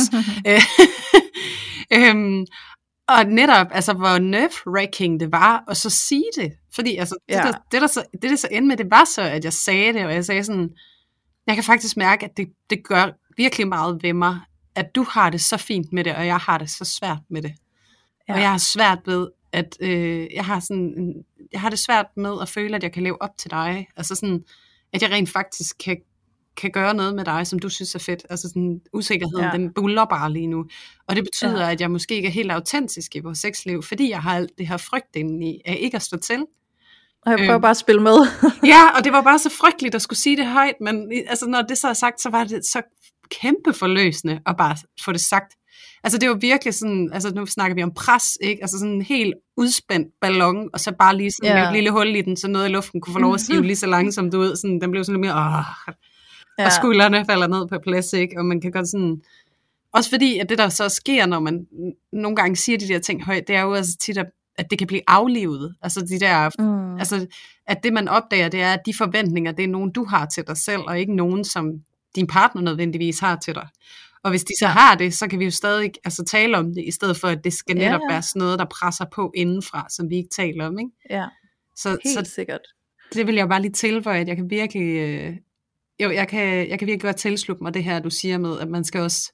øhm, og netop, altså hvor nerve-wracking det var, at så sige det. Fordi altså, det, ja. der, det, der så, det, der så endte med, det var så, at jeg sagde det, og jeg sagde sådan, jeg kan faktisk mærke, at det, det gør virkelig meget ved mig, at du har det så fint med det, og jeg har det så svært med det. Ja. Og jeg har svært ved, at øh, jeg har sådan, jeg har det svært med at føle, at jeg kan leve op til dig. Altså sådan, at jeg rent faktisk kan, kan gøre noget med dig, som du synes er fedt. Altså sådan, usikkerheden, ja. den buller bare lige nu. Og det betyder, ja. at jeg måske ikke er helt autentisk i vores sexliv, fordi jeg har alt det her frygt indeni, af ikke at stå til. Og jeg prøver øhm, bare at spille med. ja, og det var bare så frygteligt at skulle sige det højt, men altså, når det så er sagt, så var det så kæmpe forløsende at bare få det sagt. Altså det var virkelig sådan, altså nu snakker vi om pres, ikke? Altså sådan en helt udspændt ballon, og så bare lige sådan yeah. et lille hul i den, så noget af luften kunne få lov at sive lige så langsomt ud. Sådan, den blev sådan lidt mere, åh, yeah. og skuldrene falder ned på plads, ikke? Og man kan godt sådan, også fordi, at det der så sker, når man nogle gange siger de der ting højt, det er jo altså tit, at det kan blive aflivet. Altså de der, mm. altså at det man opdager, det er, at de forventninger, det er nogen, du har til dig selv, og ikke nogen, som din partner nødvendigvis har til dig. Og hvis de så har det, så kan vi jo stadig altså, tale om det, i stedet for, at det skal netop ja, ja. være sådan noget, der presser på indenfra, som vi ikke taler om. Ikke? Ja, så, helt så sikkert. Det vil jeg bare lige tilføje, at jeg kan virkelig, øh, jo, jeg kan, jeg kan virkelig godt tilslutte mig det her, du siger med, at man skal også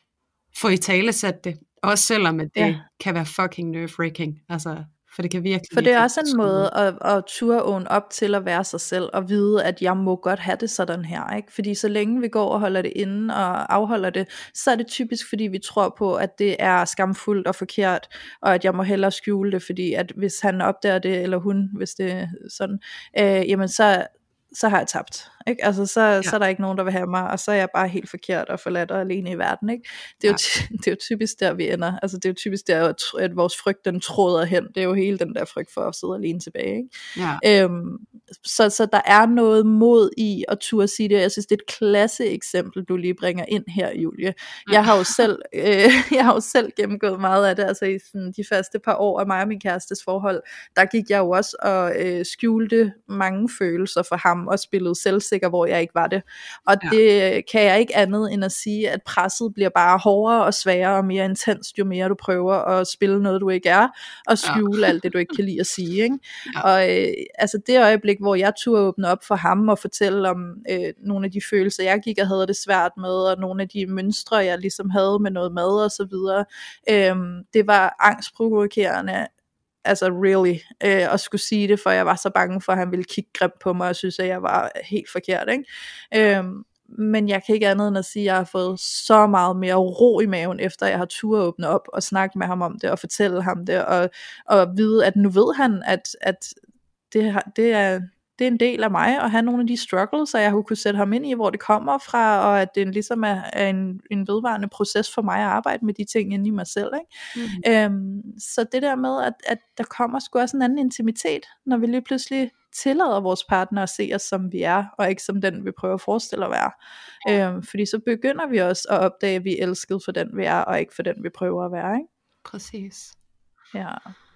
få i tale sat det, også selvom at det ja. kan være fucking nerve-wracking. Altså, for det kan virkelig... For det er også en måde at, at ture own op til at være sig selv, og vide, at jeg må godt have det sådan her, ikke? Fordi så længe vi går og holder det inde og afholder det, så er det typisk, fordi vi tror på, at det er skamfuldt og forkert, og at jeg må hellere skjule det, fordi at hvis han opdager det, eller hun, hvis det er sådan, øh, jamen så... så har jeg tabt, ikke? Altså så, ja. så er der ikke nogen, der vil have mig, og så er jeg bare helt forkert og forladt og alene i verden, ikke? Det er, ja. jo, ty- det er jo typisk der, vi ender. Altså det er jo typisk der, at, at vores frygt, den tråder hen. Det er jo hele den der frygt for at sidde alene tilbage, ikke? Ja. Øhm, så, så der er noget mod i at turde sige det. Jeg synes, det er et klasse eksempel, du lige bringer ind her, Julie. Jeg har jo selv, øh, jeg har jo selv gennemgået meget af det, altså i sådan, de første par år af mig og min kærestes forhold, der gik jeg jo også og øh, skjulte mange følelser for ham, og spillede selvsikker, hvor jeg ikke var det. Og ja. det kan jeg ikke andet end at sige, at presset bliver bare hårdere og sværere og mere intenst, jo mere du prøver at spille noget, du ikke er, og skjule ja. alt det, du ikke kan lide at sige. Ikke? Ja. Og øh, altså det øjeblik, hvor jeg turde åbne op for ham og fortælle om øh, nogle af de følelser, jeg gik og havde det svært med, og nogle af de mønstre, jeg ligesom havde med noget mad og så videre, øh, det var angstprovokerende, altså really, øh, at skulle sige det, for jeg var så bange for, at han ville kigge grimt på mig, og synes, at jeg var helt forkert, ikke? Øhm, men jeg kan ikke andet end at sige, at jeg har fået så meget mere ro i maven, efter jeg har turde åbne op, og snakke med ham om det, og fortælle ham det, og, og vide, at nu ved han, at, at det, det er... det er en del af mig, at have nogle af de struggles, og jeg kunne sætte ham ind i, hvor det kommer fra, og at det ligesom er, er en, en vedvarende proces for mig at arbejde med de ting inde i mig selv. Ikke? Mm-hmm. Øhm, så det der med, at, at der kommer sgu også en anden intimitet, når vi lige pludselig tillader vores partner at se os, som vi er, og ikke som den, vi prøver at forestille at være. Ja. Øhm, fordi så begynder vi også at opdage, at vi er elsket for den, vi er, og ikke for den, vi prøver at være. Ikke? Præcis. Ja.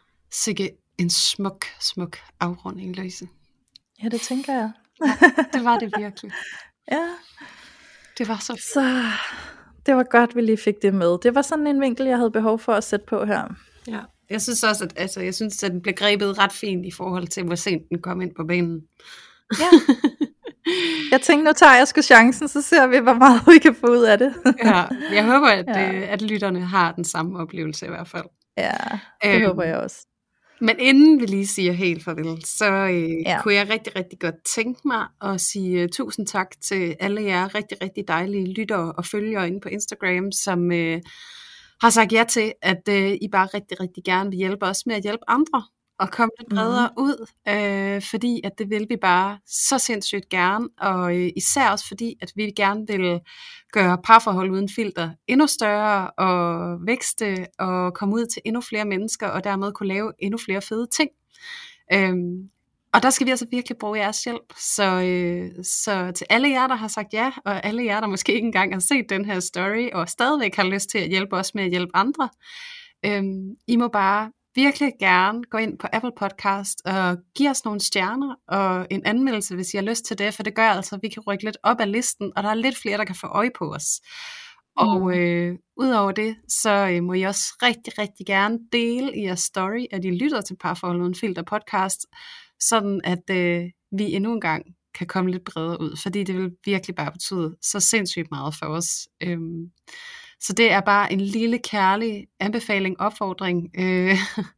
Sikke en smuk, smuk afrunding, Louise. Ja, det tænker jeg. Ja, det var det virkelig. Ja. Det var så... Så det var godt, vi lige fik det med. Det var sådan en vinkel, jeg havde behov for at sætte på her. Ja, jeg synes også, at, altså, jeg synes, at den blev grebet ret fint i forhold til, hvor sent den kom ind på banen. Ja. Jeg tænkte, nu tager jeg sgu chancen, så ser vi, hvor meget vi kan få ud af det. Ja, jeg håber, at, ja. øh, at lytterne har den samme oplevelse i hvert fald. Ja, det øhm, håber jeg også. Men inden vi lige siger helt farvel, så øh, ja. kunne jeg rigtig, rigtig godt tænke mig at sige uh, tusind tak til alle jer rigtig, rigtig dejlige lyttere og følgere inde på Instagram, som øh, har sagt ja til, at øh, I bare rigtig, rigtig gerne vil hjælpe os med at hjælpe andre. og komme lidt bredere mm. ud, øh, fordi at det vil vi bare så sindssygt gerne, og øh, især også fordi, at vi gerne vil gøre parforhold uden filter endnu større, og vækste, og komme ud til endnu flere mennesker, og dermed kunne lave endnu flere fede ting. Øhm, og der skal vi altså virkelig bruge jeres hjælp, så, øh, så til alle jer, der har sagt ja, og alle jer, der måske ikke engang har set den her story, og stadigvæk har lyst til at hjælpe os med at hjælpe andre, øhm, I må bare virkelig gerne gå ind på Apple Podcast og give os nogle stjerner og en anmeldelse, hvis I har lyst til det, for det gør altså, at vi kan rykke lidt op ad listen, og der er lidt flere, der kan få øje på os. Og øh, udover det, så øh, må I også rigtig, rigtig gerne dele i jeres story, at I lytter til Parforhold uden filter podcast, sådan at øh, vi endnu en gang kan komme lidt bredere ud, fordi det vil virkelig bare betyde så sindssygt meget for os. Øhm, så det er bare en lille kærlig anbefaling, opfordring. Øh.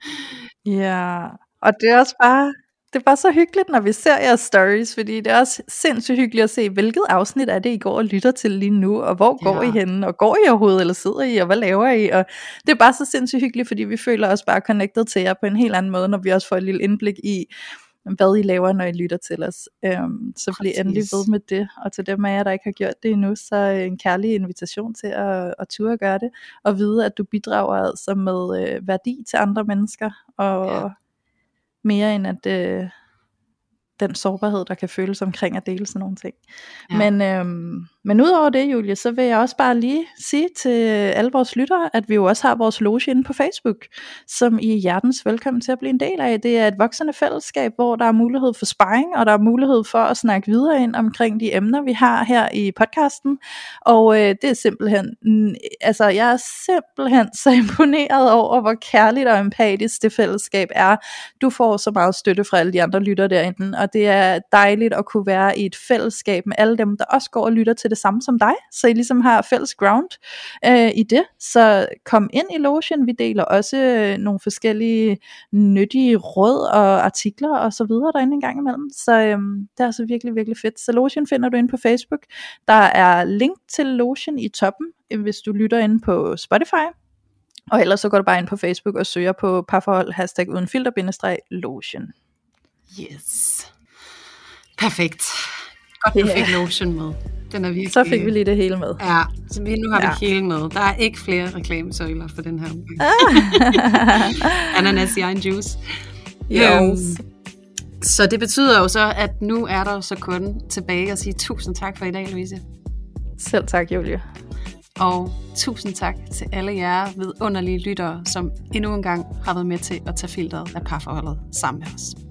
Ja, og det er også bare... Det er bare så hyggeligt, når vi ser jeres stories, fordi det er også sindssygt hyggeligt at se, hvilket afsnit er det, I går og lytter til lige nu, og hvor ja. går I henne, og går I overhovedet, eller sidder I, og hvad laver I? Og det er bare så sindssygt hyggeligt, fordi vi føler os bare connected til jer på en helt anden måde, når vi også får et lille indblik i, hvad I laver, når I lytter til os. Um, så bliv endelig ved med det, og til dem af jer, der ikke har gjort det endnu, så en kærlig invitation til at, at ture gøre det, og vide, at du bidrager altså med øh, værdi til andre mennesker, og... Ja. Mere end at øh, den sårbarhed, der kan føles omkring at dele sådan nogle ting. Ja. Men, øhm, men udover det, Julie, så vil jeg også bare lige sige til alle vores lyttere, at vi jo også har vores loge inde på Facebook, som I er hjertens velkommen til at blive en del af. Det er et voksende fællesskab, hvor der er mulighed for sparring, og der er mulighed for at snakke videre ind omkring de emner, vi har her i podcasten. Og øh, det er simpelthen, altså jeg er simpelthen så imponeret over, hvor kærligt og empatisk det fællesskab er. Du får så meget støtte fra alle de andre lyttere derinde, og det er dejligt at kunne være i et fællesskab med alle dem, der også går og lytter til det samme som dig, så I ligesom har fælles ground øh, i det. Så kom ind i logen, vi deler også øh, nogle forskellige nyttige råd og artikler og så videre derinde en gang imellem, så øh, det er altså virkelig, virkelig fedt. Så logen finder du inde på Facebook. Der er link til logen i toppen, hvis du lytter inde på Spotify. Og ellers så går du bare ind på Facebook og søger på parforhold, hashtag uden filter, bindestreg, logen. Yes. Perfekt. Godt, du yeah. fik lotion med. Den er virkelig... Så fik vi lige det hele med. Ja, så vi, nu har ja. vi hele med. Der er ikke flere reklamesøjler for den her omgang. Ananas i egen juice. Yes. Um, så det betyder jo så, at nu er der så kun tilbage at sige tusind tak for i dag, Louise. Selv tak, Julie. Og tusind tak til alle jer vidunderlige lyttere, som endnu en gang har været med til at tage filteret af parforholdet sammen med os.